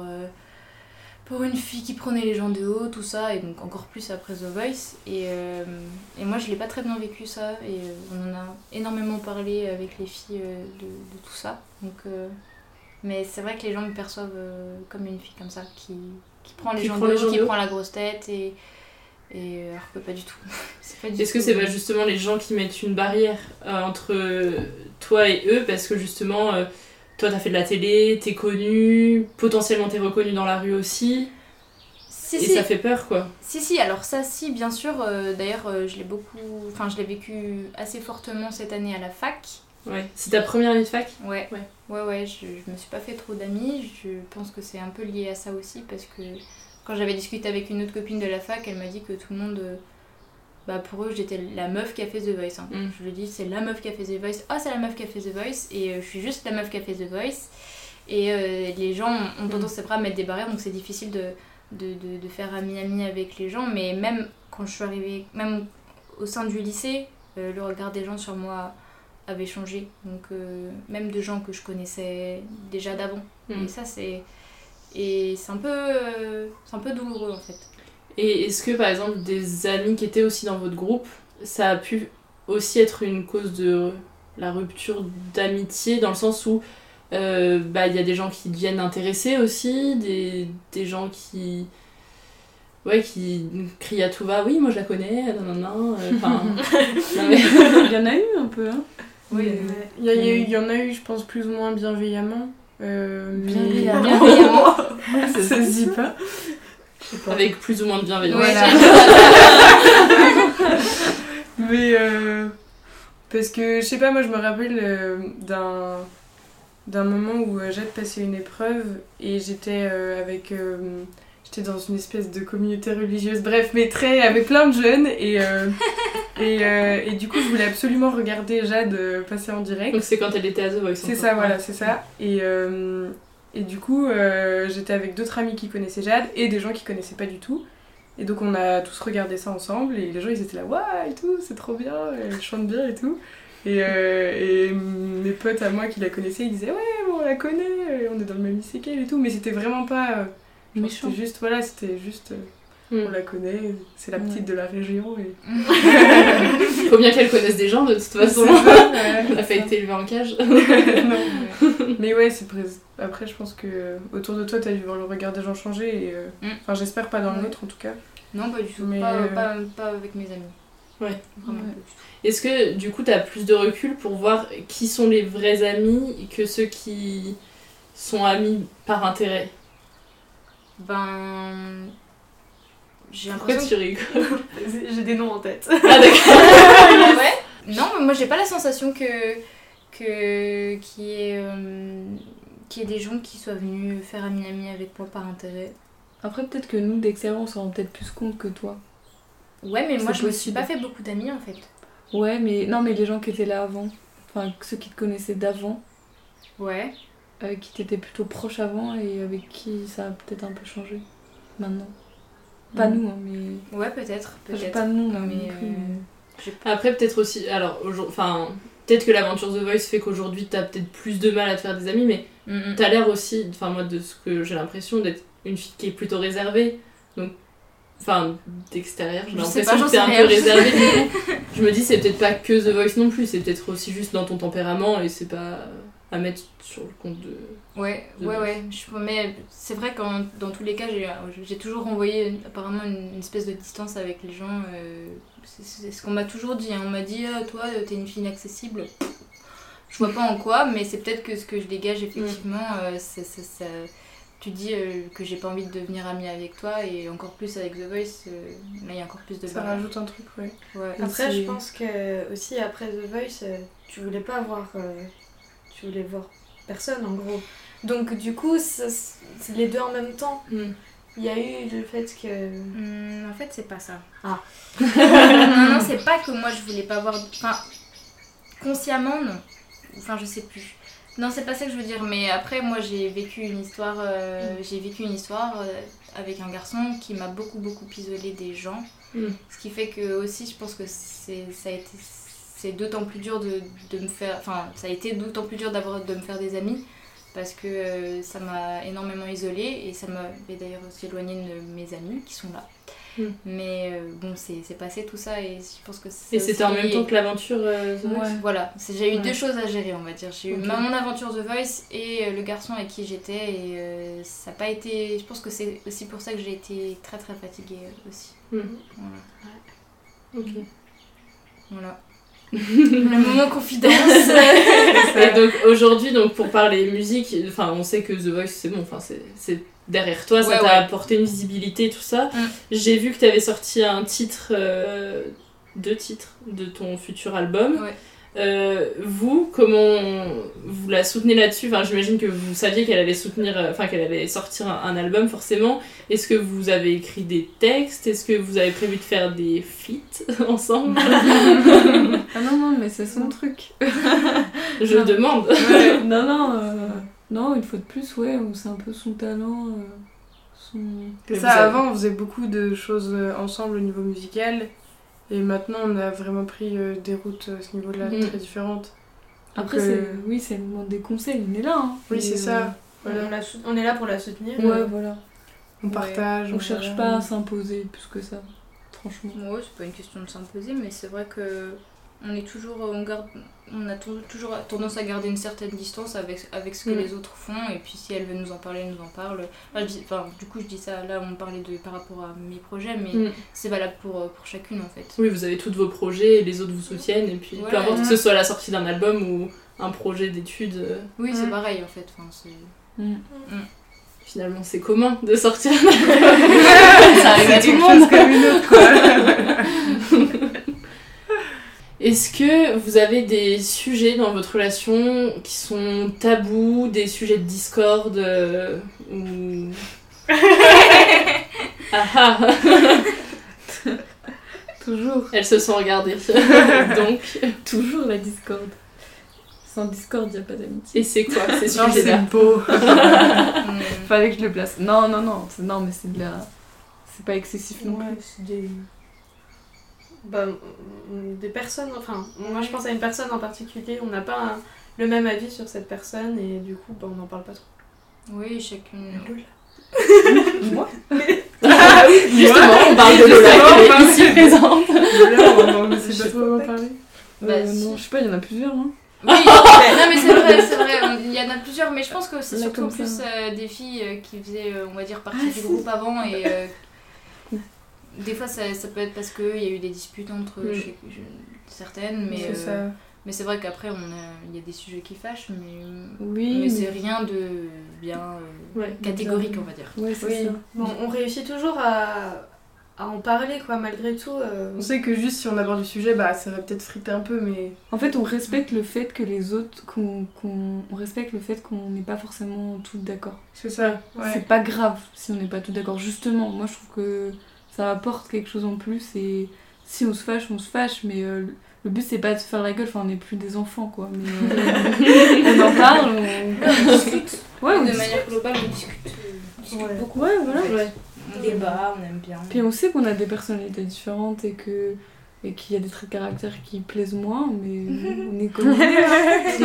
pour une fille qui prenait les gens de haut, tout ça, et donc encore plus après The Voice. Et moi je l'ai pas très bien vécu ça, et on en a énormément parlé avec les filles de tout ça. Donc mais c'est vrai que les gens me perçoivent comme une fille comme ça, qui prend les gens de haut, qui prend la grosse tête, et alors que pas du tout. Est-ce que c'est pas justement les gens qui mettent une barrière entre toi et eux, parce que justement toi t'as fait de la télé, t'es connue, potentiellement t'es reconnue dans la rue aussi, ça fait peur quoi. Si, alors ça si, bien sûr. D'ailleurs je l'ai vécu assez fortement cette année à la fac. Ouais, c'est ta première année de fac ? Ouais, je me suis pas fait trop d'amis. Je pense que c'est un peu lié à ça aussi, parce que quand j'avais discuté avec une autre copine de la fac, elle m'a dit que tout le monde, pour eux, j'étais la meuf qui a fait The Voice. Je lui dis, c'est la meuf qui a fait The Voice. Ah, c'est la meuf qui a fait The Voice. Et je suis juste la meuf qui a fait The Voice. Et les gens ont tendance à mettre des barrières, donc c'est difficile de faire ami avec les gens. Mais même quand je suis arrivée, même au sein du lycée, le regard des gens sur moi avait changé, donc même de gens que je connaissais déjà d'avant. Et ça c'est un peu douloureux en fait. Et est-ce que par exemple des amis qui étaient aussi dans votre groupe, ça a pu aussi être une cause de la rupture d'amitié, dans le sens où y a des gens qui deviennent intéressés aussi, des gens qui crient à tout va, oui moi je la connais, non, il y en a eu un peu, hein. Oui, il y en a eu, je pense, plus ou moins bienveillamment. Bienveillamment. Ça se dit pas. Avec plus ou moins de bienveillance. Voilà. Mais parce que, je sais pas, moi je me rappelle d'un moment où Jade passait une épreuve et j'étais j'étais dans une espèce de communauté religieuse, bref, mais avec plein de jeunes, et du coup je voulais absolument regarder Jade passer en direct. Donc c'est quand elle était à The Voice. C'est ça, voilà, c'est ça. Et du coup j'étais avec d'autres amis qui connaissaient Jade et des gens qui connaissaient pas du tout. Et donc on a tous regardé ça ensemble, et les gens ils étaient là, waouh et tout, c'est trop bien, elle chante bien et tout. Et mes potes à moi qui la connaissaient, ils disaient ouais, on la connaît, on est dans le même lycée qu'elle et tout, mais c'était vraiment pas... C'était juste, on la connaît, c'est la petite de la région. Et... Faut bien qu'elle connaisse des gens de toute façon. Elle a pas été élevée en cage. Non, mais ouais, après je pense que autour de toi t'as dû voir le regard des gens changer, et enfin j'espère pas dans le nôtre en tout cas. Non, pas du tout, mais pas avec mes amis. Ouais, vraiment pas du tout. Est-ce que du coup t'as plus de recul pour voir qui sont les vrais amis que ceux qui sont amis par intérêt? J'ai l'impression. Pourquoi tu rigoles? J'ai des noms en tête. Ah d'accord. Ouais. Non, mais moi j'ai pas la sensation qu'il y ait des gens qui soient venus faire ami avec moi par intérêt. Après peut-être que nous d'extérieur on s'en rend peut-être plus compte que toi. Ouais, mais moi je me suis pas fait beaucoup d'amis en fait. Ouais, mais non, mais les gens qui étaient là avant, enfin ceux qui te connaissaient d'avant. Ouais. Qui t'étaient plutôt proches avant et avec qui ça a peut-être un peu changé maintenant. Pas nous, hein, mais... Ouais, peut-être. Pas nous, mais non plus. Après, peut-être aussi... Alors, peut-être que l'aventure The Voice fait qu'aujourd'hui, t'as peut-être plus de mal à te faire des amis, mais t'as l'air aussi, enfin moi, de ce que j'ai l'impression, d'être une fille qui est plutôt réservée. Donc, d'extérieur, j'ai l'impression que t'es un peu réservée, du coup. Je me dis, c'est peut-être pas que The Voice non plus, c'est peut-être aussi juste dans ton tempérament et c'est pas à mettre sur le compte de. Ouais. Mais c'est vrai que dans tous les cas, j'ai toujours renvoyé apparemment une espèce de distance avec les gens. C'est ce qu'on m'a toujours dit. Hein. On m'a dit, toi, t'es une fille inaccessible. Je vois pas en quoi, mais c'est peut-être que ce que je dégage effectivement, tu dis que j'ai pas envie de devenir amie avec toi et encore plus avec The Voice, là il y a encore plus de ça rajoute un truc, ouais. Après, je pense que aussi après The Voice, tu voulais voir personne en gros. Donc du coup, c'est les deux en même temps. Il y a eu le fait que... en fait, c'est pas ça. Ah. non, c'est pas que moi je voulais pas voir... Enfin, consciemment, non. Enfin, je sais plus. Non, c'est pas ça que je veux dire, mais après, moi j'ai vécu une histoire avec un garçon qui m'a beaucoup isolé des gens. Ce qui fait que aussi, je pense que c'est d'autant plus dur de me faire... Enfin, ça a été d'autant plus dur de me faire des amis parce que ça m'a énormément isolée et ça m'avait d'ailleurs aussi éloignée de mes amis qui sont là. Mais bon, c'est passé tout ça et je pense que c'est. Et c'était en même temps que l'aventure The Voice. Voilà, j'ai eu deux choses à gérer, on va dire. J'ai eu mon aventure The Voice et le garçon avec qui j'étais et ça n'a pas été. Je pense que c'est aussi pour ça que j'ai été très très fatiguée aussi. Voilà. Ok. Voilà. Le moment confidence. Et donc aujourd'hui, pour parler musique, on sait que The Voice c'est bon, c'est derrière toi, ça t'a apporté une visibilité, tout ça. J'ai vu que t'avais sorti un titre, 2 titres de ton futur album. Vous, comment vous la soutenez là-dessus? J'imagine que vous saviez qu'elle allait qu'elle allait sortir un album forcément. Est-ce que vous avez écrit des textes? Est-ce que vous avez prévu de faire des feats ensemble? Ah non, mais c'est son truc. Je demande. Non, une fois de plus, c'est un peu son talent. Avant, on faisait beaucoup de choses ensemble au niveau musical. Et maintenant, on a vraiment pris des routes à ce niveau-là très différentes. Après, c'est le moment des conseils, on est là. Hein. Oui, c'est ça. Voilà. On est là pour la soutenir. Ouais, voilà. On partage. On cherche pas à s'imposer plus que ça, franchement. Ouais, c'est pas une question de s'imposer, mais c'est vrai que on a toujours tendance à garder une certaine distance avec ce que les autres font, et puis si elle veut nous en parler, elle nous en parle. Du coup je dis ça, là on parlait par rapport à mes projets, mais c'est valable pour chacune en fait. Oui, vous avez tous vos projets et les autres vous soutiennent, et puis peu importe que ce soit la sortie d'un album ou un projet d'études. Oui, c'est pareil en fait. Finalement c'est commun de sortir un album. Ça arrive à tout le monde comme une autre, quoi. Est-ce que vous avez des sujets dans votre relation qui sont tabous, des sujets de discorde ou... Toujours. Elles se sont regardées. Donc, toujours la discorde. Sans discorde, il n'y a pas d'amitié. Et c'est quoi ces sujets-là? C'est beau. Fallait que je le place. Non, mais c'est de la... C'est pas excessif non plus. C'est des personnes, moi je pense à une personne en particulier, on n'a pas le même avis sur cette personne et du coup on n'en parle pas trop. Oui, chacune. Moi justement, on parle de Lola qui est ici présente. Lola, on ne sait pas trop en parler. Non, je sais pas, il y en a plusieurs. Hein. Oui, non mais c'est vrai, il y en a plusieurs, mais je pense que c'est surtout plus des filles qui faisaient, on va dire, partie du groupe avant et... Des fois, ça peut être parce qu'il y a eu des disputes entre certaines, mais c'est vrai qu'après, il y a des sujets qui fâchent, mais c'est rien de bien catégorique, on va dire. Ouais, c'est ça. Bon, on réussit toujours à en parler, quoi, malgré tout. On sait que juste si on aborde le sujet, ça va peut-être friter un peu, mais... En fait, on respecte le fait que les autres... on respecte le fait qu'on n'est pas forcément toutes d'accord. C'est ça, C'est pas grave si on n'est pas toutes d'accord. Justement, moi, je trouve que... ça apporte quelque chose en plus et si on se fâche, mais le but c'est pas de se faire la gueule, on n'est plus des enfants quoi, mais on en parle, on discute. De manière globale, on discute beaucoup. Ouais, voilà. On débat, on aime bien. Puis on sait qu'on a des personnalités différentes et qu'il y a des traits de caractère qui plaisent moins, mais on est comme on est.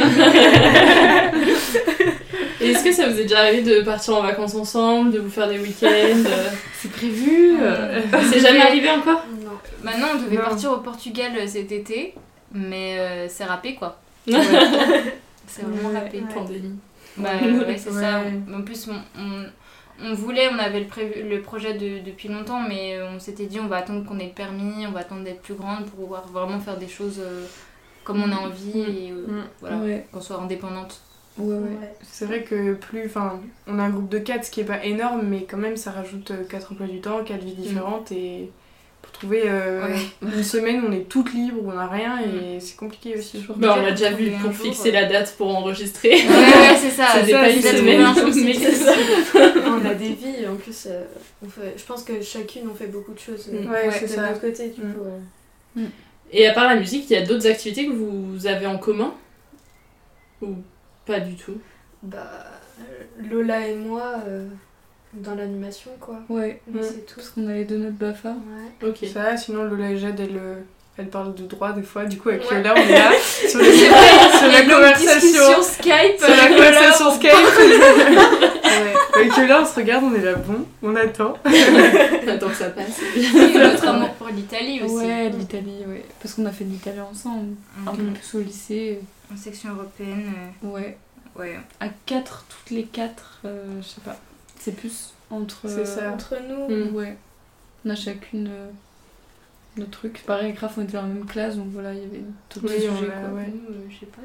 Et est-ce que ça vous est déjà arrivé de partir en vacances ensemble, de vous faire des week-ends? C'est prévu. C'est jamais arrivé encore? Non. Maintenant, on devait partir au Portugal cet été, mais c'est râpé quoi. C'est vraiment râpé. Pandémie. Bah ouais, c'est ça. En plus, on voulait, on avait le projet depuis longtemps, mais on s'était dit on va attendre qu'on ait le permis, on va attendre d'être plus grande pour pouvoir vraiment faire des choses comme on a envie et voilà, qu'on soit indépendante. Ouais. C'est vrai que on a un groupe de 4, ce qui est pas énorme, mais quand même ça rajoute 4 emplois du temps, 4 vies différentes et pour trouver une semaine où on est toutes libres, où on a rien et c'est compliqué aussi. On l'a déjà vu pour fixer la date pour enregistrer. Ouais, c'est ça. C'était pas une semaine, mais c'est ça. On a des vies, en plus, je pense que chacune on fait beaucoup de choses c'est de notre côté du coup. Et à part la musique, il y a d'autres activités que vous avez en commun ? Ou pas du tout ? Lola et moi, dans l'animation quoi. Ouais, c'est tout. Parce qu'on a les 2 notes BAFA. Ouais. Ok. Ça, sinon Lola et Jade, elle parle de droit des fois, du coup avec Yola on est là sur la conversation Skype. Sur la conversation Skype. Avec Yola on se regarde, on est là, bon, on attend. On attend que ça passe. Notre amour pour l'Italie aussi. Ouais, l'Italie, parce qu'on a fait de l'Italie ensemble, un peu plus au lycée. En section européenne. Ouais. À 4, toutes les 4, je sais pas. C'est plus entre nous. Ouais. On a chacune notre truc. Pareil, avec Raph, on était dans la même classe, donc voilà, il y avait d'autres sujets quoi. Je sais pas,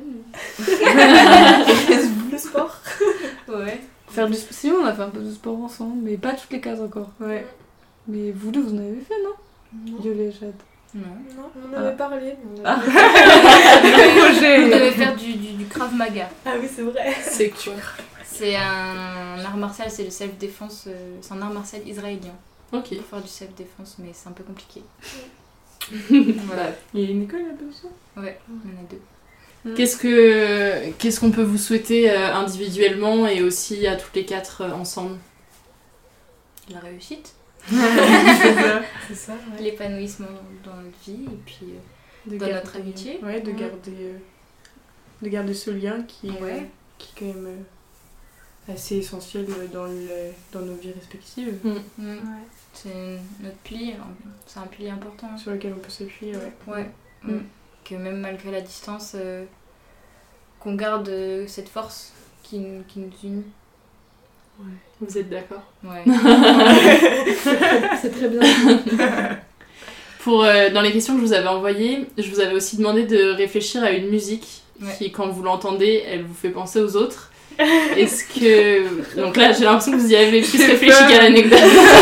le sport. Ouais. Sinon, on a fait un peu de sport ensemble, mais pas toutes les cases encore. Ouais. Mais vous deux, vous en avez fait, non Yola et Jade. Non, on avait parlé. On devait faire du Krav Maga. Ah oui, c'est vrai. C'est quoi ? C'est un art martial, c'est le self-défense, c'est un art martial israélien. Ok. Pour faire du self-défense, mais c'est un peu compliqué. Voilà. Il y a une école là-bas aussi ? Ouais, il y en a 2. Qu'est-ce qu'on peut vous souhaiter individuellement et aussi à toutes les 4 ensemble ? La réussite. C'est ça. L'épanouissement dans notre vie et puis dans notre amitié. Ouais, de garder ce lien qui est quand même assez essentiel dans nos vies respectives. C'est notre pilier, c'est un pilier important. Sur lequel on peut s'appuyer, Que même malgré la distance, qu'on garde cette force qui nous unit. Ouais. Vous êtes d'accord ? Ouais. C'est très bien. Dans les questions que je vous avais envoyées, je vous avais aussi demandé de réfléchir à une musique qui, quand vous l'entendez, elle vous fait penser aux autres. Est-ce que... Donc là, j'ai l'impression que vous y avez plus réfléchi qu'à l'anecdote.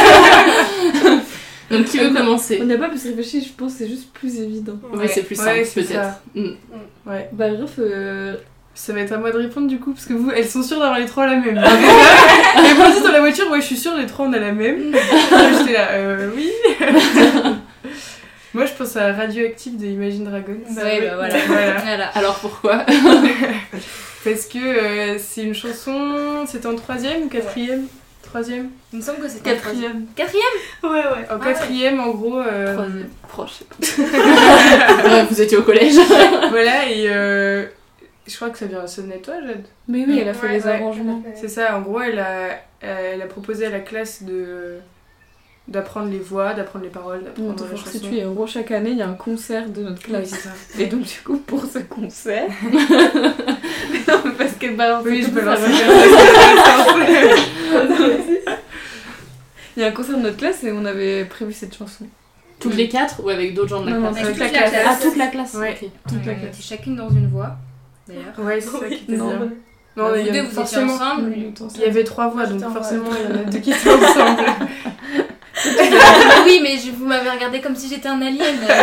Donc qui veut commencer ? On n'a pas plus réfléchi, je pense que c'est juste plus évident. Oui, c'est plus simple peut-être. Ouais. Bah bref, ça va être à moi de répondre du coup, parce que vous, elles sont sûres d'avoir les 3 la même. Elles m'ont dit dans la voiture, je suis sûre les 3 on a la même. J'étais là, oui. Moi je pense à Radioactive de Imagine Dragons. Voilà. Alors pourquoi ? Parce que c'est une chanson, c'était en 3e ou 4e ? 3e ? Il me semble que c'était 4e. 4e ? Ouais. En 4e, en gros. 3e. Proche. Vous étiez au collège. Voilà, et je crois que ça vient de toi, Jade. Mais oui, elle a fait les arrangements. C'est ça, en gros, elle a proposé à la classe d'apprendre les voix, d'apprendre les paroles, d'apprendre la chanson. Et en gros, chaque année, il y a un concert de notre classe. Oui, c'est ça. Et donc, du coup, pour ce concert... non, mais parce qu'elle balance... Oui, je peux lancer. Il y a un concert de notre classe et on avait prévu cette chanson. Toutes les 4 ou avec d'autres gens de la classe ? Toute la classe. Ah, toute la classe. Ouais. Okay. Toute la classe. Chacune dans une voix, d'ailleurs. Ouais, c'est ça qui était bien. Non, vous deux, vous étiez ensemble. Il y avait 3 voix, donc forcément, il y en a 2 qui étaient ensemble. Oui, mais vous m'avez regardé comme si j'étais un alien.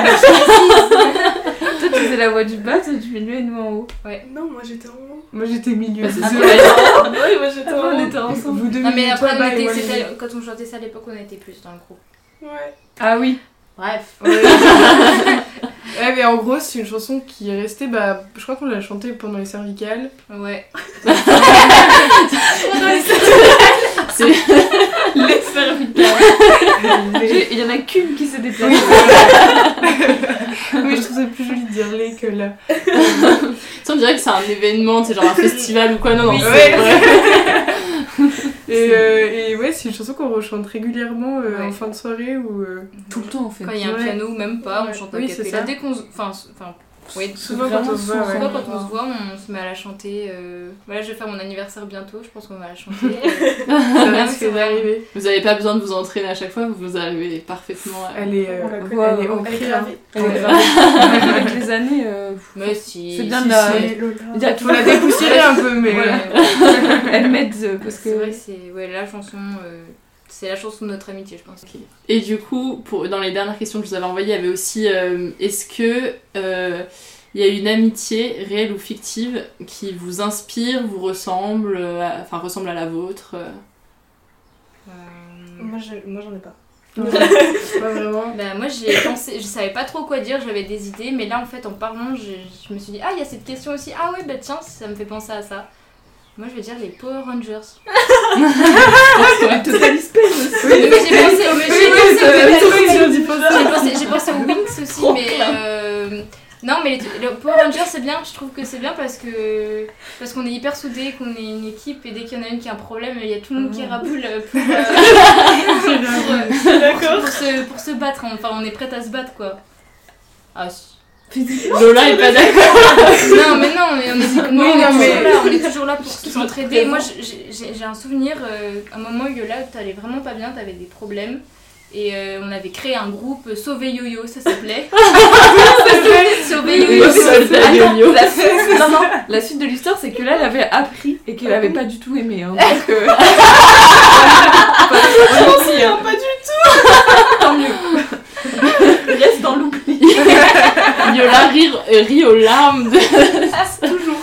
Toi, tu faisais la voix du bas, toi, tu fais lui et nous en haut. Ouais. Non, moi j'étais en haut. Moi j'étais milieu. Oui, moi j'étais en haut. On était ensemble. Vous deux, non, mais après, toi, quand on chantait ça à l'époque, on était plus dans le groupe. Ouais. Ah oui. Bref. Ouais, mais en gros, c'est une chanson qui est restée, je crois qu'on l'a chantée pendant les cervicales. Ouais. C'est les cervicales. Il y en a qu'une qui s'est déplacée. Oui, je trouve ça plus joli de dire les que là. On dirait que c'est un événement, c'est genre un festival ou quoi. Non, oui, c'est vrai. Et ouais, c'est une chanson qu'on rechante régulièrement en fin de soirée ou tout le temps en fait. Quand il y a un piano ou même pas, on chante à cappella. Dès qu'on oui, souvent quand on se voit, quand on se voit, on se met à la chanter. Voilà, je vais faire mon anniversaire bientôt, je pense qu'on va la chanter. C'est vrai. Vous n'avez pas besoin de vous entraîner à chaque fois, vous arrivez parfaitement à... Elle est ancrée. Avec les années, mais si, c'est bien de la... Il faut la dépoussiérer un peu, mais elle m'aide parce que... C'est vrai que c'est la chanson... C'est la chanson de notre amitié, je pense. Okay. Et du coup, dans les dernières questions que je vous avais envoyées, il y avait aussi est-ce que il y a une amitié réelle ou fictive qui vous inspire, vous ressemble, ressemble à la vôtre Moi, j'en ai pas. Pas vraiment. Moi j'ai pensé, je savais pas trop quoi dire, j'avais des idées, mais là en fait en parlant, je me suis dit il y a cette question aussi. Ah ouais, tiens, ça me fait penser à ça. Moi je vais dire les Power Rangers. Total Space. Oui, mais j'ai pensé aux Wings aussi, mais non, mais les Power Rangers c'est bien, je trouve que c'est bien parce qu'on est hyper soudés, qu'on est une équipe et dès qu'il y en a une qui a un problème, il y a tout le monde qui raboule pour se battre, enfin on est prête à se battre quoi. Ah Lola est pas d'accord. Non mais on est toujours là pour s'entraider. Moi j'ai un souvenir, un moment Yola t'allais vraiment pas bien, t'avais des problèmes. Et on avait créé un groupe Sauver Yo-Yo, ça s'appelait. Sauver Yo-Yo. La suite de l'histoire, c'est que là, elle avait appris et qu'elle avait pas du tout aimé. Hein, donc, pas du tout. Tant mieux. Yes, dans l'oubli. Yola rit aux larmes de... Toujours.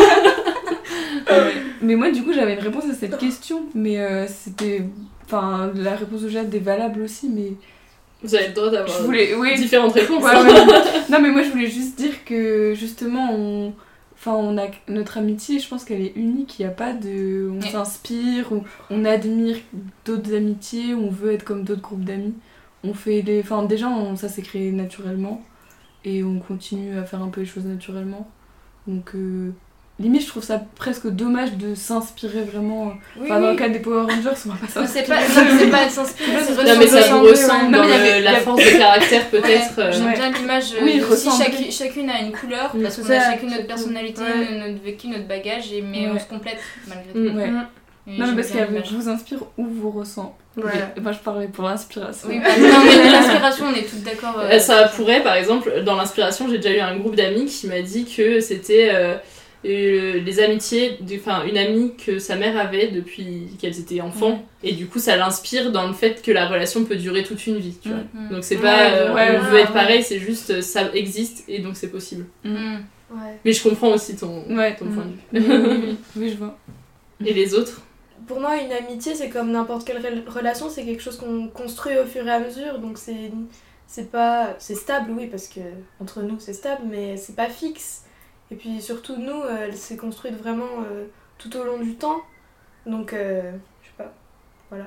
Mais moi, du coup, j'avais une réponse à cette question, mais c'était... Enfin, la réponse de Jade est valable aussi, mais... Vous avez le droit d'avoir différentes réponses. Non, mais moi, je voulais juste dire que, justement, on a notre amitié, je pense qu'elle est unique. Il n'y a pas de... On s'inspire, on admire d'autres amitiés, on veut être comme d'autres groupes d'amis. On fait des... Enfin, déjà, ça s'est créé naturellement. Et on continue à faire un peu les choses naturellement. Donc... Limite, je trouve ça presque dommage de s'inspirer vraiment. Dans le cas des Power Rangers, on va pas s'inspirer. C'est pas s'inspirer, c'est non, mais ça vous ressemble dans la force de caractère, peut-être. J'aime bien l'image si chacune a une couleur, parce qu'on a chacune notre personnalité, notre vécu, notre bagage, mais on se complète malgré tout. Non, mais parce qu'elle vous inspire ou vous ressent. Moi, je parlais pour l'inspiration. Oui, non, mais l'inspiration, on est toutes d'accord. Ça pourrait, par exemple, dans l'inspiration, j'ai déjà eu un groupe d'amis qui m'a dit que c'était... les amitiés, une amie que sa mère avait depuis qu'elles étaient enfants, et du coup ça l'inspire dans le fait que la relation peut durer toute une vie, tu vois. Donc c'est pas on veut être pareil, c'est juste ça existe et donc c'est possible. Mais je comprends aussi ton point de vue. Oui, je vois. Et les autres? Pour moi, une amitié, c'est comme n'importe quelle relation, c'est quelque chose qu'on construit au fur et à mesure, donc c'est stable, oui, parce que entre nous c'est stable, mais c'est pas fixe. Et puis surtout, nous, elle s'est construite vraiment tout au long du temps. Donc, je sais pas, voilà.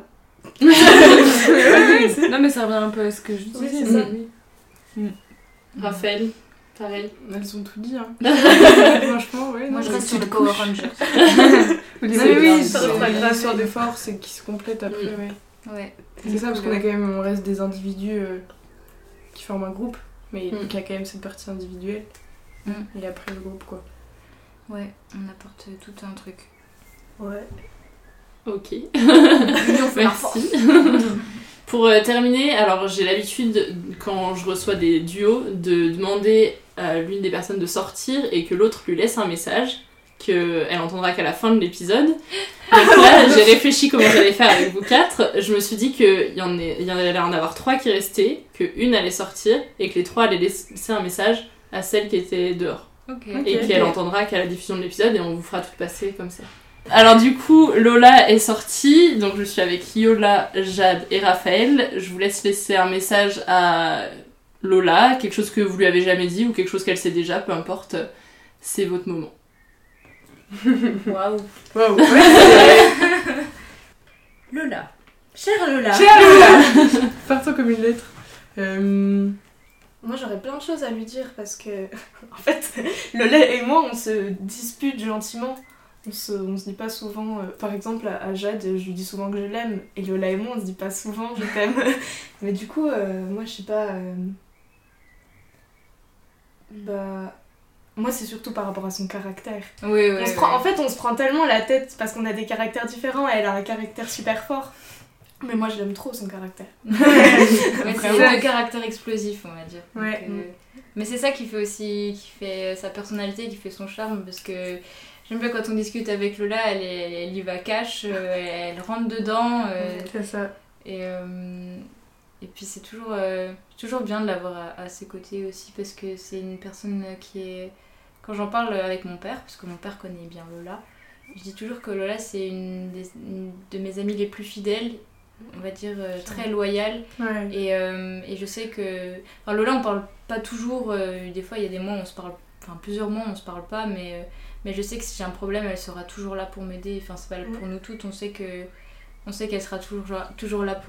Non, mais ça revient un peu à ce que je disais. Oui, c'est ça. Raphaël, pareil. Elles ont tout dit, hein. Franchement, ouais. Moi, je reste sur le Power Rangers. Oui, c'est la histoire des forces et qui se complètent après, ouais. C'est ça, parce qu'on a quand même, on reste des individus qui forment un groupe, mais qui a quand même cette partie individuelle. Et après le groupe quoi. Ouais, on apporte tout un truc. Ouais. Ok. Merci. Pour terminer, alors j'ai l'habitude quand je reçois des duos de demander à l'une des personnes de sortir et que l'autre lui laisse un message qu'elle entendra qu'à la fin de l'épisode. Donc là, j'ai réfléchi comment j'allais faire avec vous quatre. Je me suis dit qu'il y en allait en avoir 3 qui restaient, qu'une allait sortir et que les 3 allaient laisser un message à celle qui était dehors. Et qu'elle entendra qu'à la diffusion de l'épisode et on vous fera tout passer comme ça. Alors du coup, Lola est sortie, donc je suis avec Yola, Jade et Raphaël. Je vous laisse laisser un message à Lola, quelque chose que vous lui avez jamais dit ou quelque chose qu'elle sait déjà, peu importe, c'est votre moment. Waouh. Lola. Chère Lola. Partons comme une lettre. Moi j'aurais plein de choses à lui dire parce que en fait Lola et moi on se dispute gentiment on se dit pas souvent, par exemple à Jade, je lui dis souvent que je l'aime, et Lola et moi on se dit pas souvent je t'aime. Mais du coup, moi je sais pas. Moi c'est surtout par rapport à son caractère. Oui. En fait, on se prend tellement la tête parce qu'on a des caractères différents, et elle a un caractère super fort. Mais moi je l'aime trop son caractère. C'est le caractère explosif, on va dire. Ouais. Donc, mais c'est ça qui fait sa personnalité, qui fait son charme, parce que j'aime bien quand on discute avec Lola, elle y va cash, elle rentre dedans. C'est ça. Et puis c'est toujours bien de l'avoir à ses côtés aussi, parce que c'est une personne qui est... Quand j'en parle avec mon père, parce que mon père connaît bien Lola, je dis toujours que Lola c'est une de mes amies les plus fidèles, on va dire très loyale. Ouais. Et je sais que... Enfin, Lola on parle pas toujours, des fois il y a des mois où on se parle, enfin plusieurs mois où on se parle pas, mais je sais que si j'ai un problème elle sera toujours là pour m'aider, enfin c'est valable pour nous toutes, on sait qu'elle sera toujours là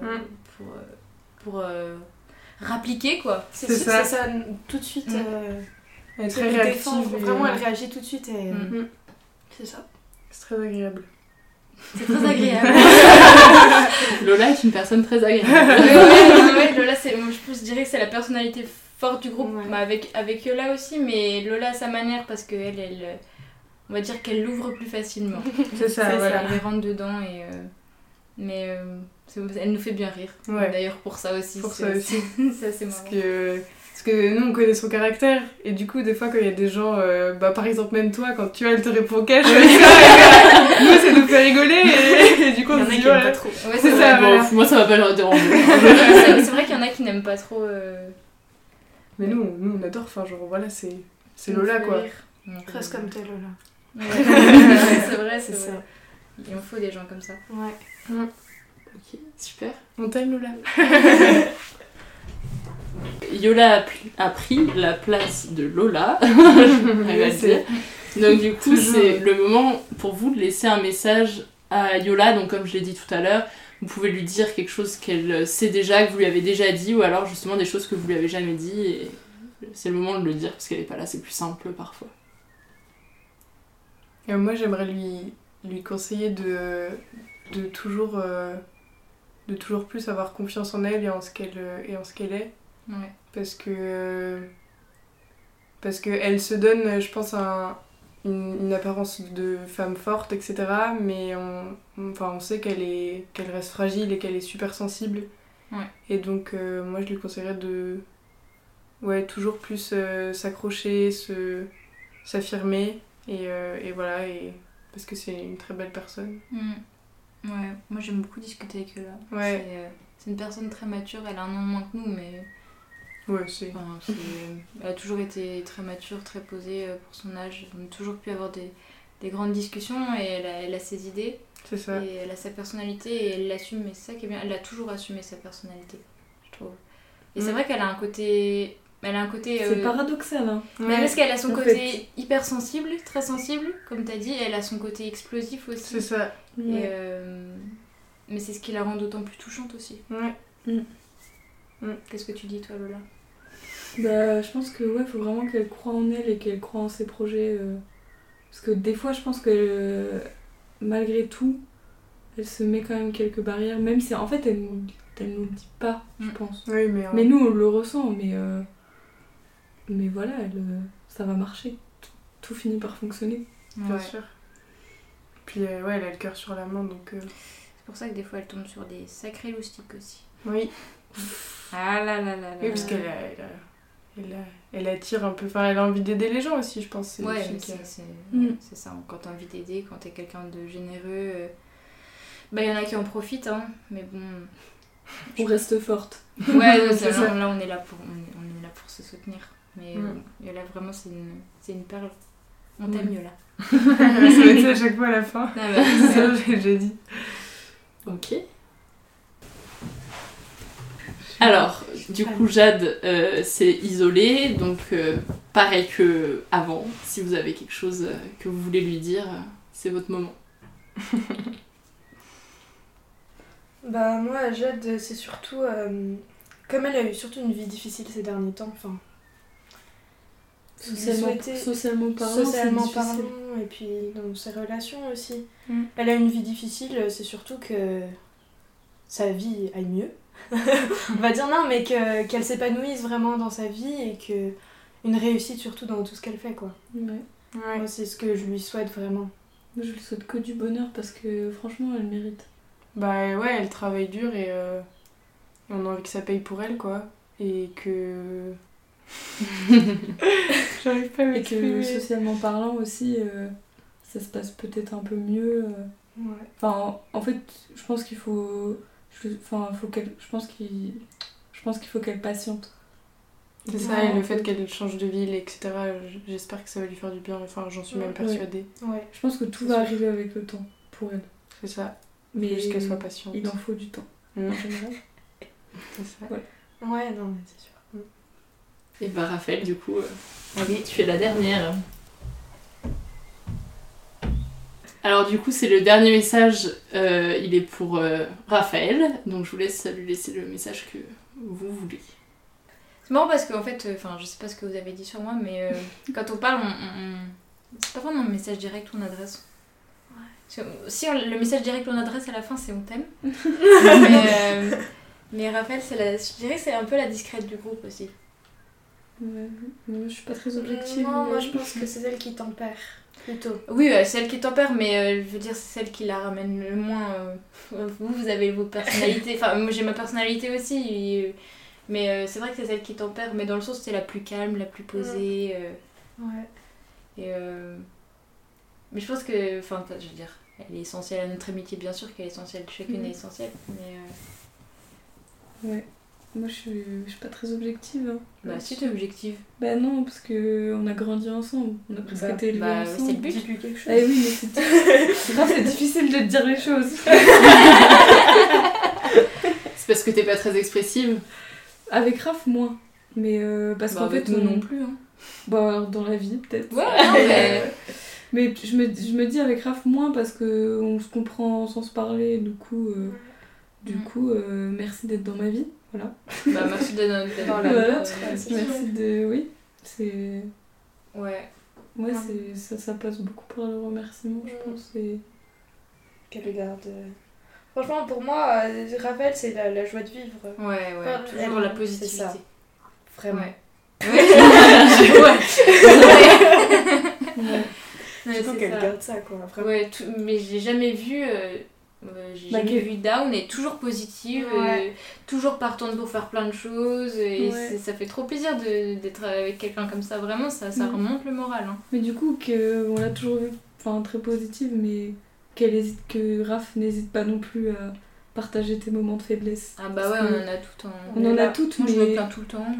pour rappliquer quoi. C'est ça tout de suite. Elle est très réactive. Vraiment elle réagit tout de suite et c'est ça. C'est très agréable. C'est très agréable. Lola est une personne très agréable. Ouais, Lola, je dirais que c'est la personnalité forte du groupe, avec Yola aussi, mais Lola à sa manière, parce qu'elle, on va dire qu'elle l'ouvre plus facilement. C'est ça, voilà. Elle rentre dedans, mais elle nous fait bien rire. Ouais. D'ailleurs, pour ça aussi. C'est assez marrant. Parce que nous on connaît son caractère, et du coup des fois quand il y a des gens, par exemple même toi, quand tu vois elle te répond cash, nous ça nous fait rigoler, et du coup on se dit pas trop. Ouais, c'est ça, voilà. Moi ça va pas leur déranger. C'est vrai qu'il y en a qui n'aiment pas trop. Mais nous on adore, enfin genre voilà, c'est Lola quoi. Presque comme t'es Lola. C'est vrai. Ça. Il en faut des gens comme ça. Ouais. Ok, super. On t'aime Lola. Yola a pris la place de Lola, elle va dire. Donc du coup, c'est le moment pour vous de laisser un message à Yola. Donc comme je l'ai dit tout à l'heure, vous pouvez lui dire quelque chose qu'elle sait déjà, que vous lui avez déjà dit, ou alors justement des choses que vous lui avez jamais dit. Et c'est le moment de le dire parce qu'elle est pas là, c'est plus simple parfois. Et moi, j'aimerais lui conseiller de toujours plus avoir confiance en elle et en ce qu'elle est. Ouais. Parce que elle se donne, je pense, une apparence de femme forte, etc. Mais on sait qu'elle reste fragile et qu'elle est super sensible. Ouais. Et donc moi je lui conseillerais de toujours plus s'accrocher, s'affirmer et voilà, parce que c'est une très belle personne. Ouais, moi j'aime beaucoup discuter avec eux là. Ouais. C'est une personne très mature, elle a un an de moins que nous, mais... Ouais, elle a toujours été très mature, très posée pour son âge. On a toujours pu avoir des grandes discussions, et elle a ses idées. C'est ça. Et elle a sa personnalité et elle l'assume, mais c'est ça qui est bien. Elle a toujours assumé sa personnalité, je trouve. Et c'est vrai qu'elle a un côté... c'est paradoxal, hein. Mais parce qu'elle a son côté hyper sensible, très sensible, comme t'as dit, et elle a son côté explosif aussi. C'est ça. Et mais c'est ce qui la rend d'autant plus touchante aussi. Ouais. Qu'est-ce que tu dis toi, Lola ? Bah, je pense que faut vraiment qu'elle croie en elle et qu'elle croie en ses projets. Parce que des fois, je pense que malgré tout, elle se met quand même quelques barrières, même si en fait elle nous le dit pas, je pense. Oui, mais nous on le ressent, mais voilà, ça va marcher. Tout finit par fonctionner. Bien sûr. Puis elle a le cœur sur la main, donc... C'est pour ça que des fois elle tombe sur des sacrés loustiques aussi. Oui. Ah là. Oui, parce qu'elle attire un peu... Enfin, elle a envie d'aider les gens aussi, je pense. C'est ça. Quand t'as envie d'aider, quand t'es quelqu'un de généreux... il y en a qui en profitent, hein, mais bon... On reste forte. Ouais, là on est là pour se soutenir. Mais Yola, vraiment, c'est une perle. On t'aime, Yola. Ça va être à chaque fois à la fin. C'est ça, j'ai dit. Ok. Alors, du coup, Jade s'est isolée, donc pareil que avant. Si vous avez quelque chose que vous voulez lui dire, c'est votre moment. Moi, Jade, c'est surtout... comme elle a eu surtout une vie difficile ces derniers temps, Socialement parlant, et puis dans ses relations aussi. Elle a une vie difficile, c'est surtout que sa vie aille mieux. On va dire non, mais qu'elle s'épanouisse vraiment dans sa vie et que une réussite surtout dans tout ce qu'elle fait, quoi. Ouais. Moi, c'est ce que je lui souhaite vraiment. Je lui souhaite que du bonheur parce que franchement, elle mérite. Bah ouais, elle travaille dur et on a envie que ça paye pour elle, quoi. Et que... J'arrive pas à m'exprimer. Et que socialement parlant aussi, ça se passe peut-être un peu mieux. Ouais. Enfin, en fait, je pense qu'il faut... je pense qu'il faut qu'elle patiente. C'est ça, et le fait qu'elle change de ville, etc., j'espère que ça va lui faire du bien, enfin j'en suis même persuadée. Ouais. Je pense que tout va arriver avec le temps, pour elle. C'est ça, mais juste qu'elle soit patiente. Il en faut du temps, en général. C'est ça. Ouais, non, mais c'est sûr. Et bah Raphaël, du coup, allez, tu es la dernière. Alors du coup, c'est le dernier message, il est pour Raphaël, donc je vous laisse lui laisser le message que vous voulez. C'est marrant parce qu'en fait, je sais pas ce que vous avez dit sur moi, mais quand on parle, c'est pas vraiment un message direct ou une adresse. Ouais. Si le message direct ou une adresse à la fin, c'est on t'aime. mais Raphaël, je dirais que c'est un peu la discrète du groupe aussi. Ouais, moi je suis pas très objective. Non, moi je pense que c'est celle qui tempère. Plutôt. Oui, celle qui tempère, mais je veux dire, c'est celle qui la ramène le moins. Vous avez vos personnalités. Enfin, moi j'ai ma personnalité aussi. Mais c'est vrai que c'est celle qui tempère, mais dans le sens c'est la plus calme, la plus posée. Ouais. Et mais je pense que, enfin, je veux dire, elle est essentielle à notre amitié, bien sûr qu'elle est essentielle, chacune est essentielle. Mais ouais. Moi je suis pas très objective. Hein. Bah si t'es objective. Bah non, parce que on a grandi ensemble, on a presque été élevés ensemble. C'est le but. Dis-lui quelque chose. Ah oui, mais c'est difficile de te dire les choses. C'est parce que t'es pas très expressive. Avec Raph, moins. Mais parce qu'en fait, nous non plus. Hein. Bah, dans la vie, peut-être. Ouais, non, mais... mais je me dis avec Raph, moins parce qu'on se comprend sans se parler. Du coup, merci d'être dans ma vie. Voilà. Bah, merci d'être dans la nôtre. Merci de... Oui, c'est... Ouais. Ouais, ça passe beaucoup par le remerciement, je pense. Et... Qu'elle garde... Franchement, pour moi, Raphaël, c'est la joie de vivre. Ouais, toujours la positivité. C'est ça. Vraiment. Ouais. Il faut qu'elle garde ça, quoi. Vraiment. Ouais, mais j'ai jamais vu... vu down et toujours positive, toujours partante pour faire plein de choses et ça fait trop plaisir d'être avec quelqu'un comme ça, vraiment ça remonte le moral. Hein. Mais du coup on l'a toujours vu très positive, mais que Raph n'hésite pas non plus à partager tes moments de faiblesse. Ah bah ouais, on en a toutes. On en a toutes, moi mais... je me plains tout le temps.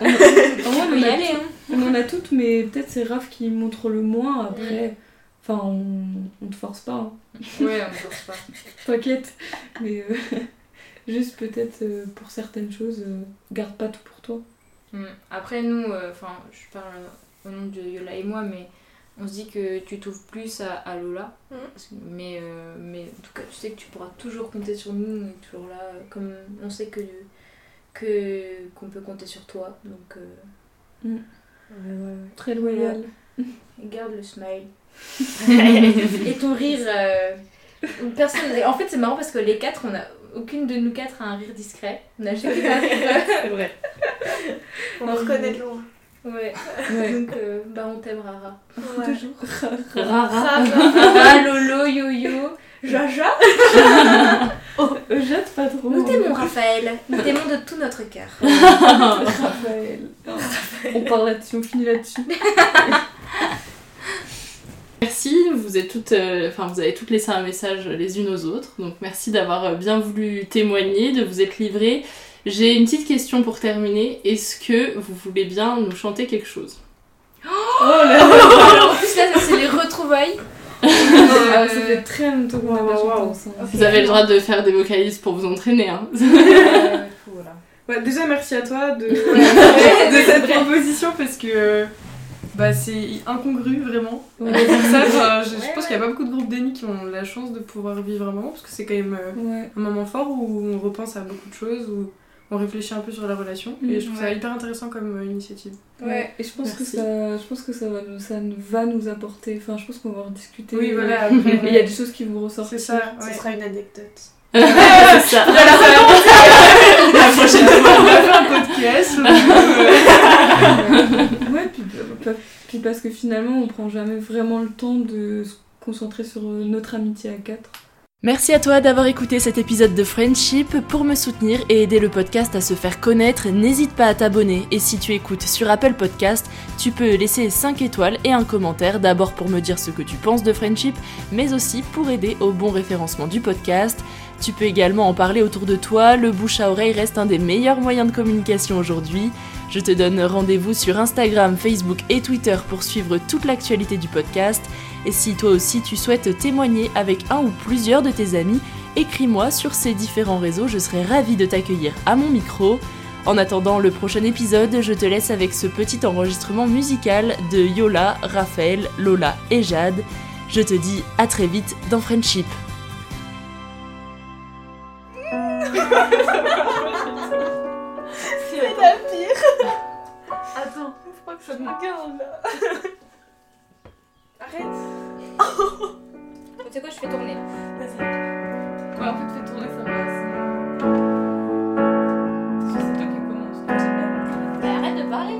On en a toutes, mais peut-être c'est Raph qui montre le moins après. Enfin, on te force pas. Hein. Ouais, on te force pas. T'inquiète. Mais juste peut-être pour certaines choses, garde pas tout pour toi. Après, nous, je parle au nom de Yola et moi, mais on se dit que tu t'ouvres plus à Lola. Mais en tout cas, tu sais que tu pourras toujours compter sur nous. On est toujours là. Comme on sait qu'on peut compter sur toi. Donc, très loyal. Garde le smile. Et ton rire personne... En fait c'est marrant parce que les quatre, aucune de nous quatre a un rire discret. On a chacun un rire. C'est vrai. On reconnaît de loin. Ouais. Donc on t'aime Rara. Ouais. Toujours. Rara, Lolo, Yo-Yo, Jaja. Jette pas trop. Nous t'aimons Raphaël. Nous t'aimons de tout notre cœur. Raphaël. On parle là-dessus, on finit là-dessus. Merci, vous êtes toutes, vous avez toutes laissé un message les unes aux autres, donc merci d'avoir bien voulu témoigner, de vous être livrées. J'ai une petite question pour terminer, est-ce que vous voulez bien nous chanter quelque chose ? Oh là là. En plus là, c'est les retrouvailles. Ça fait très longtemps qu'on a pas chanté ensemble. Vous avez le droit de faire des vocalises pour vous entraîner, hein. Voilà. Ouais, déjà merci à toi de cette proposition parce que c'est incongru vraiment. Ouais. Je pense qu'il n'y a pas beaucoup de groupes d'amis qui ont la chance de pouvoir vivre un moment parce que c'est quand même un moment fort où on repense à beaucoup de choses, où on réfléchit un peu sur la relation. Et je trouve ça hyper intéressant comme initiative. Ouais, et je pense que ça va nous apporter. Enfin, je pense qu'on va en discuter. Oui, voilà. Et il y a des choses qui vont ressortir. C'est ça, Ce sera une anecdote. C'est ça. La prochaine fois, on va faire un podcast. Ouais, puis parce que finalement, on prend jamais vraiment le temps de se concentrer sur notre amitié à 4. Merci à toi d'avoir écouté cet épisode de Friendship. Pour me soutenir et aider le podcast à se faire connaître, n'hésite pas à t'abonner. Et si tu écoutes sur Apple Podcast, tu peux laisser 5 étoiles et un commentaire, d'abord pour me dire ce que tu penses de Friendship, mais aussi pour aider au bon référencement du podcast. Tu peux également en parler autour de toi, le bouche à oreille reste un des meilleurs moyens de communication aujourd'hui. Je te donne rendez-vous sur Instagram, Facebook et Twitter pour suivre toute l'actualité du podcast. Et si toi aussi tu souhaites témoigner avec un ou plusieurs de tes amis, écris-moi sur ces différents réseaux, je serai ravie de t'accueillir à mon micro. En attendant le prochain épisode, je te laisse avec ce petit enregistrement musical de Yola, Raphaël, Lola et Jade. Je te dis à très vite dans Friendship. C'est la pire. Attends, faut pas que ça me regarde là. Arrête. Tu sais quoi, je fais tourner. Vas-y. Ouais, en fait, fais tourner, ça va. C'est toi qui commence. Mais arrête de parler.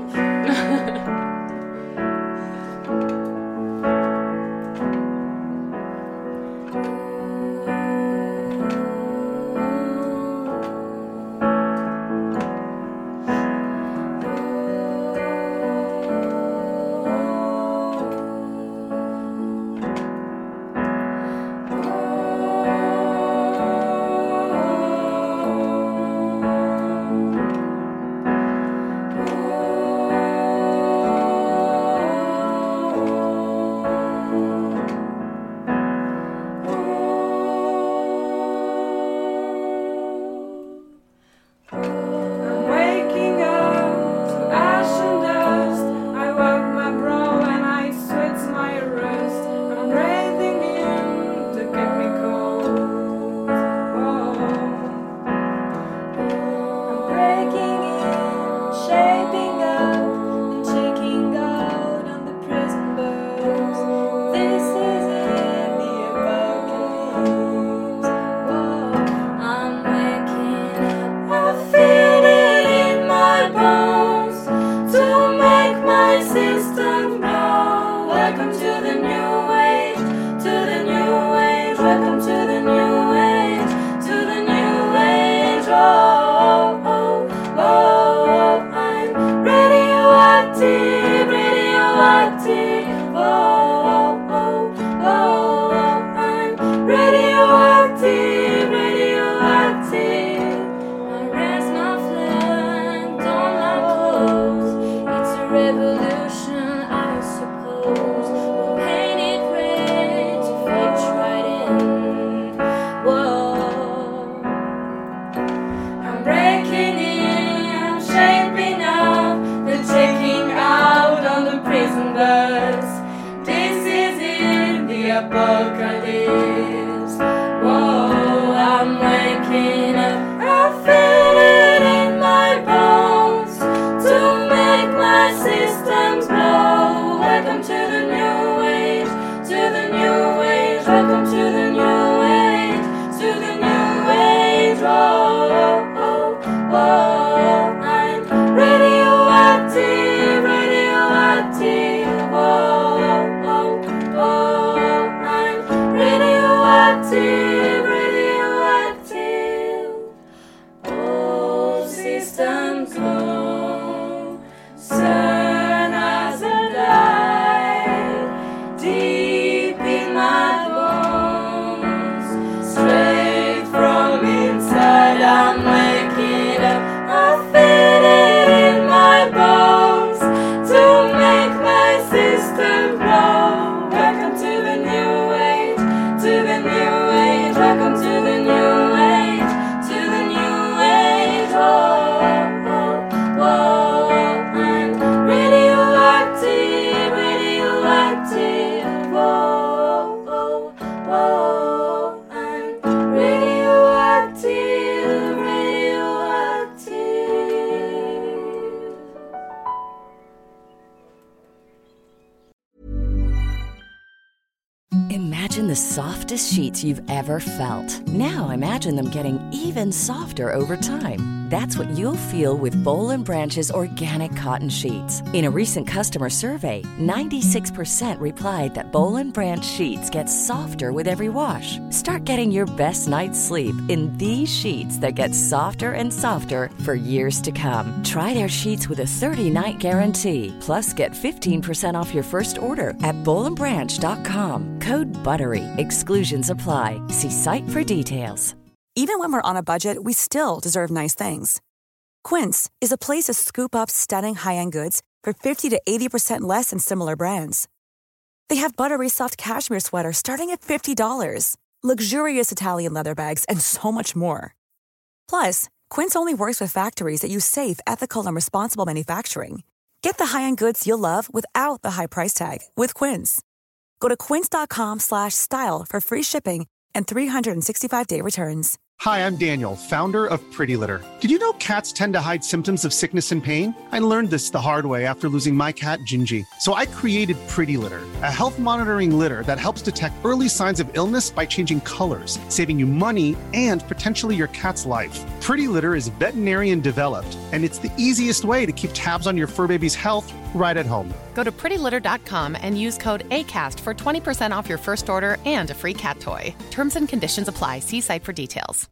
softest sheets you've ever felt. Now imagine them getting even softer over time. That's what you'll feel with Boll & Branch's organic cotton sheets. In a recent customer survey, 96% replied that Boll & Branch sheets get softer with every wash. Start getting your best night's sleep in these sheets that get softer and softer for years to come. Try their sheets with a 30-night guarantee. Plus, get 15% off your first order at bollandbranch.com. Code BUTTERY. Exclusions apply. See site for details. Even when we're on a budget, we still deserve nice things. Quince is a place to scoop up stunning high-end goods for 50 to 80% less than similar brands. They have buttery soft cashmere sweaters starting at $50, luxurious Italian leather bags, and so much more. Plus, Quince only works with factories that use safe, ethical, and responsible manufacturing. Get the high-end goods you'll love without the high price tag with Quince. Go to quince.com/style for free shipping and 365-day returns. Hi, I'm Daniel, founder of Pretty Litter. Did you know cats tend to hide symptoms of sickness and pain? I learned this the hard way after losing my cat, Gingy. So I created Pretty Litter, a health monitoring litter that helps detect early signs of illness by changing colors, saving you money and potentially your cat's life. Pretty Litter is veterinarian developed, and it's the easiest way to keep tabs on your fur baby's health right at home. Go to prettylitter.com and use code ACAST for 20% off your first order and a free cat toy. Terms and conditions apply. See site for details.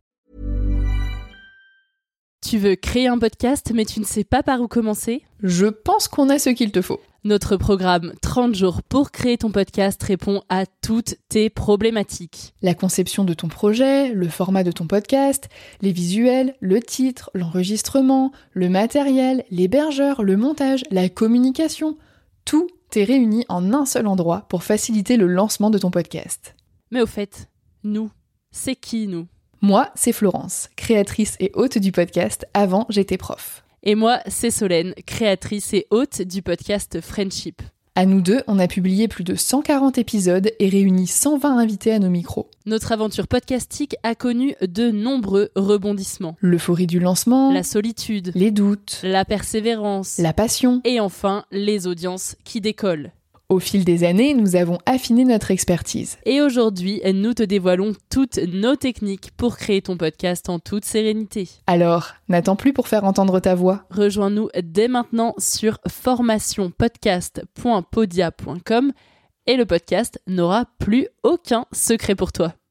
Tu veux créer un podcast mais tu ne sais pas par où commencer ? Je pense qu'on a ce qu'il te faut. Notre programme 30 jours pour créer ton podcast répond à toutes tes problématiques. La conception de ton projet, le format de ton podcast, les visuels, le titre, l'enregistrement, le matériel, l'hébergeur, le montage, la communication, tout est réuni en un seul endroit pour faciliter le lancement de ton podcast. Mais au fait, nous, c'est qui nous ? Moi, c'est Florence, créatrice et hôte du podcast Avant j'étais prof. Et moi, c'est Solène, créatrice et hôte du podcast Friendship. À nous deux, on a publié plus de 140 épisodes et réuni 120 invités à nos micros. Notre aventure podcastique a connu de nombreux rebondissements. L'euphorie du lancement, la solitude, les doutes, la persévérance, la passion et enfin les audiences qui décollent. Au fil des années, nous avons affiné notre expertise. Et aujourd'hui, nous te dévoilons toutes nos techniques pour créer ton podcast en toute sérénité. Alors, n'attends plus pour faire entendre ta voix. Rejoins-nous dès maintenant sur formationpodcast.podia.com et le podcast n'aura plus aucun secret pour toi.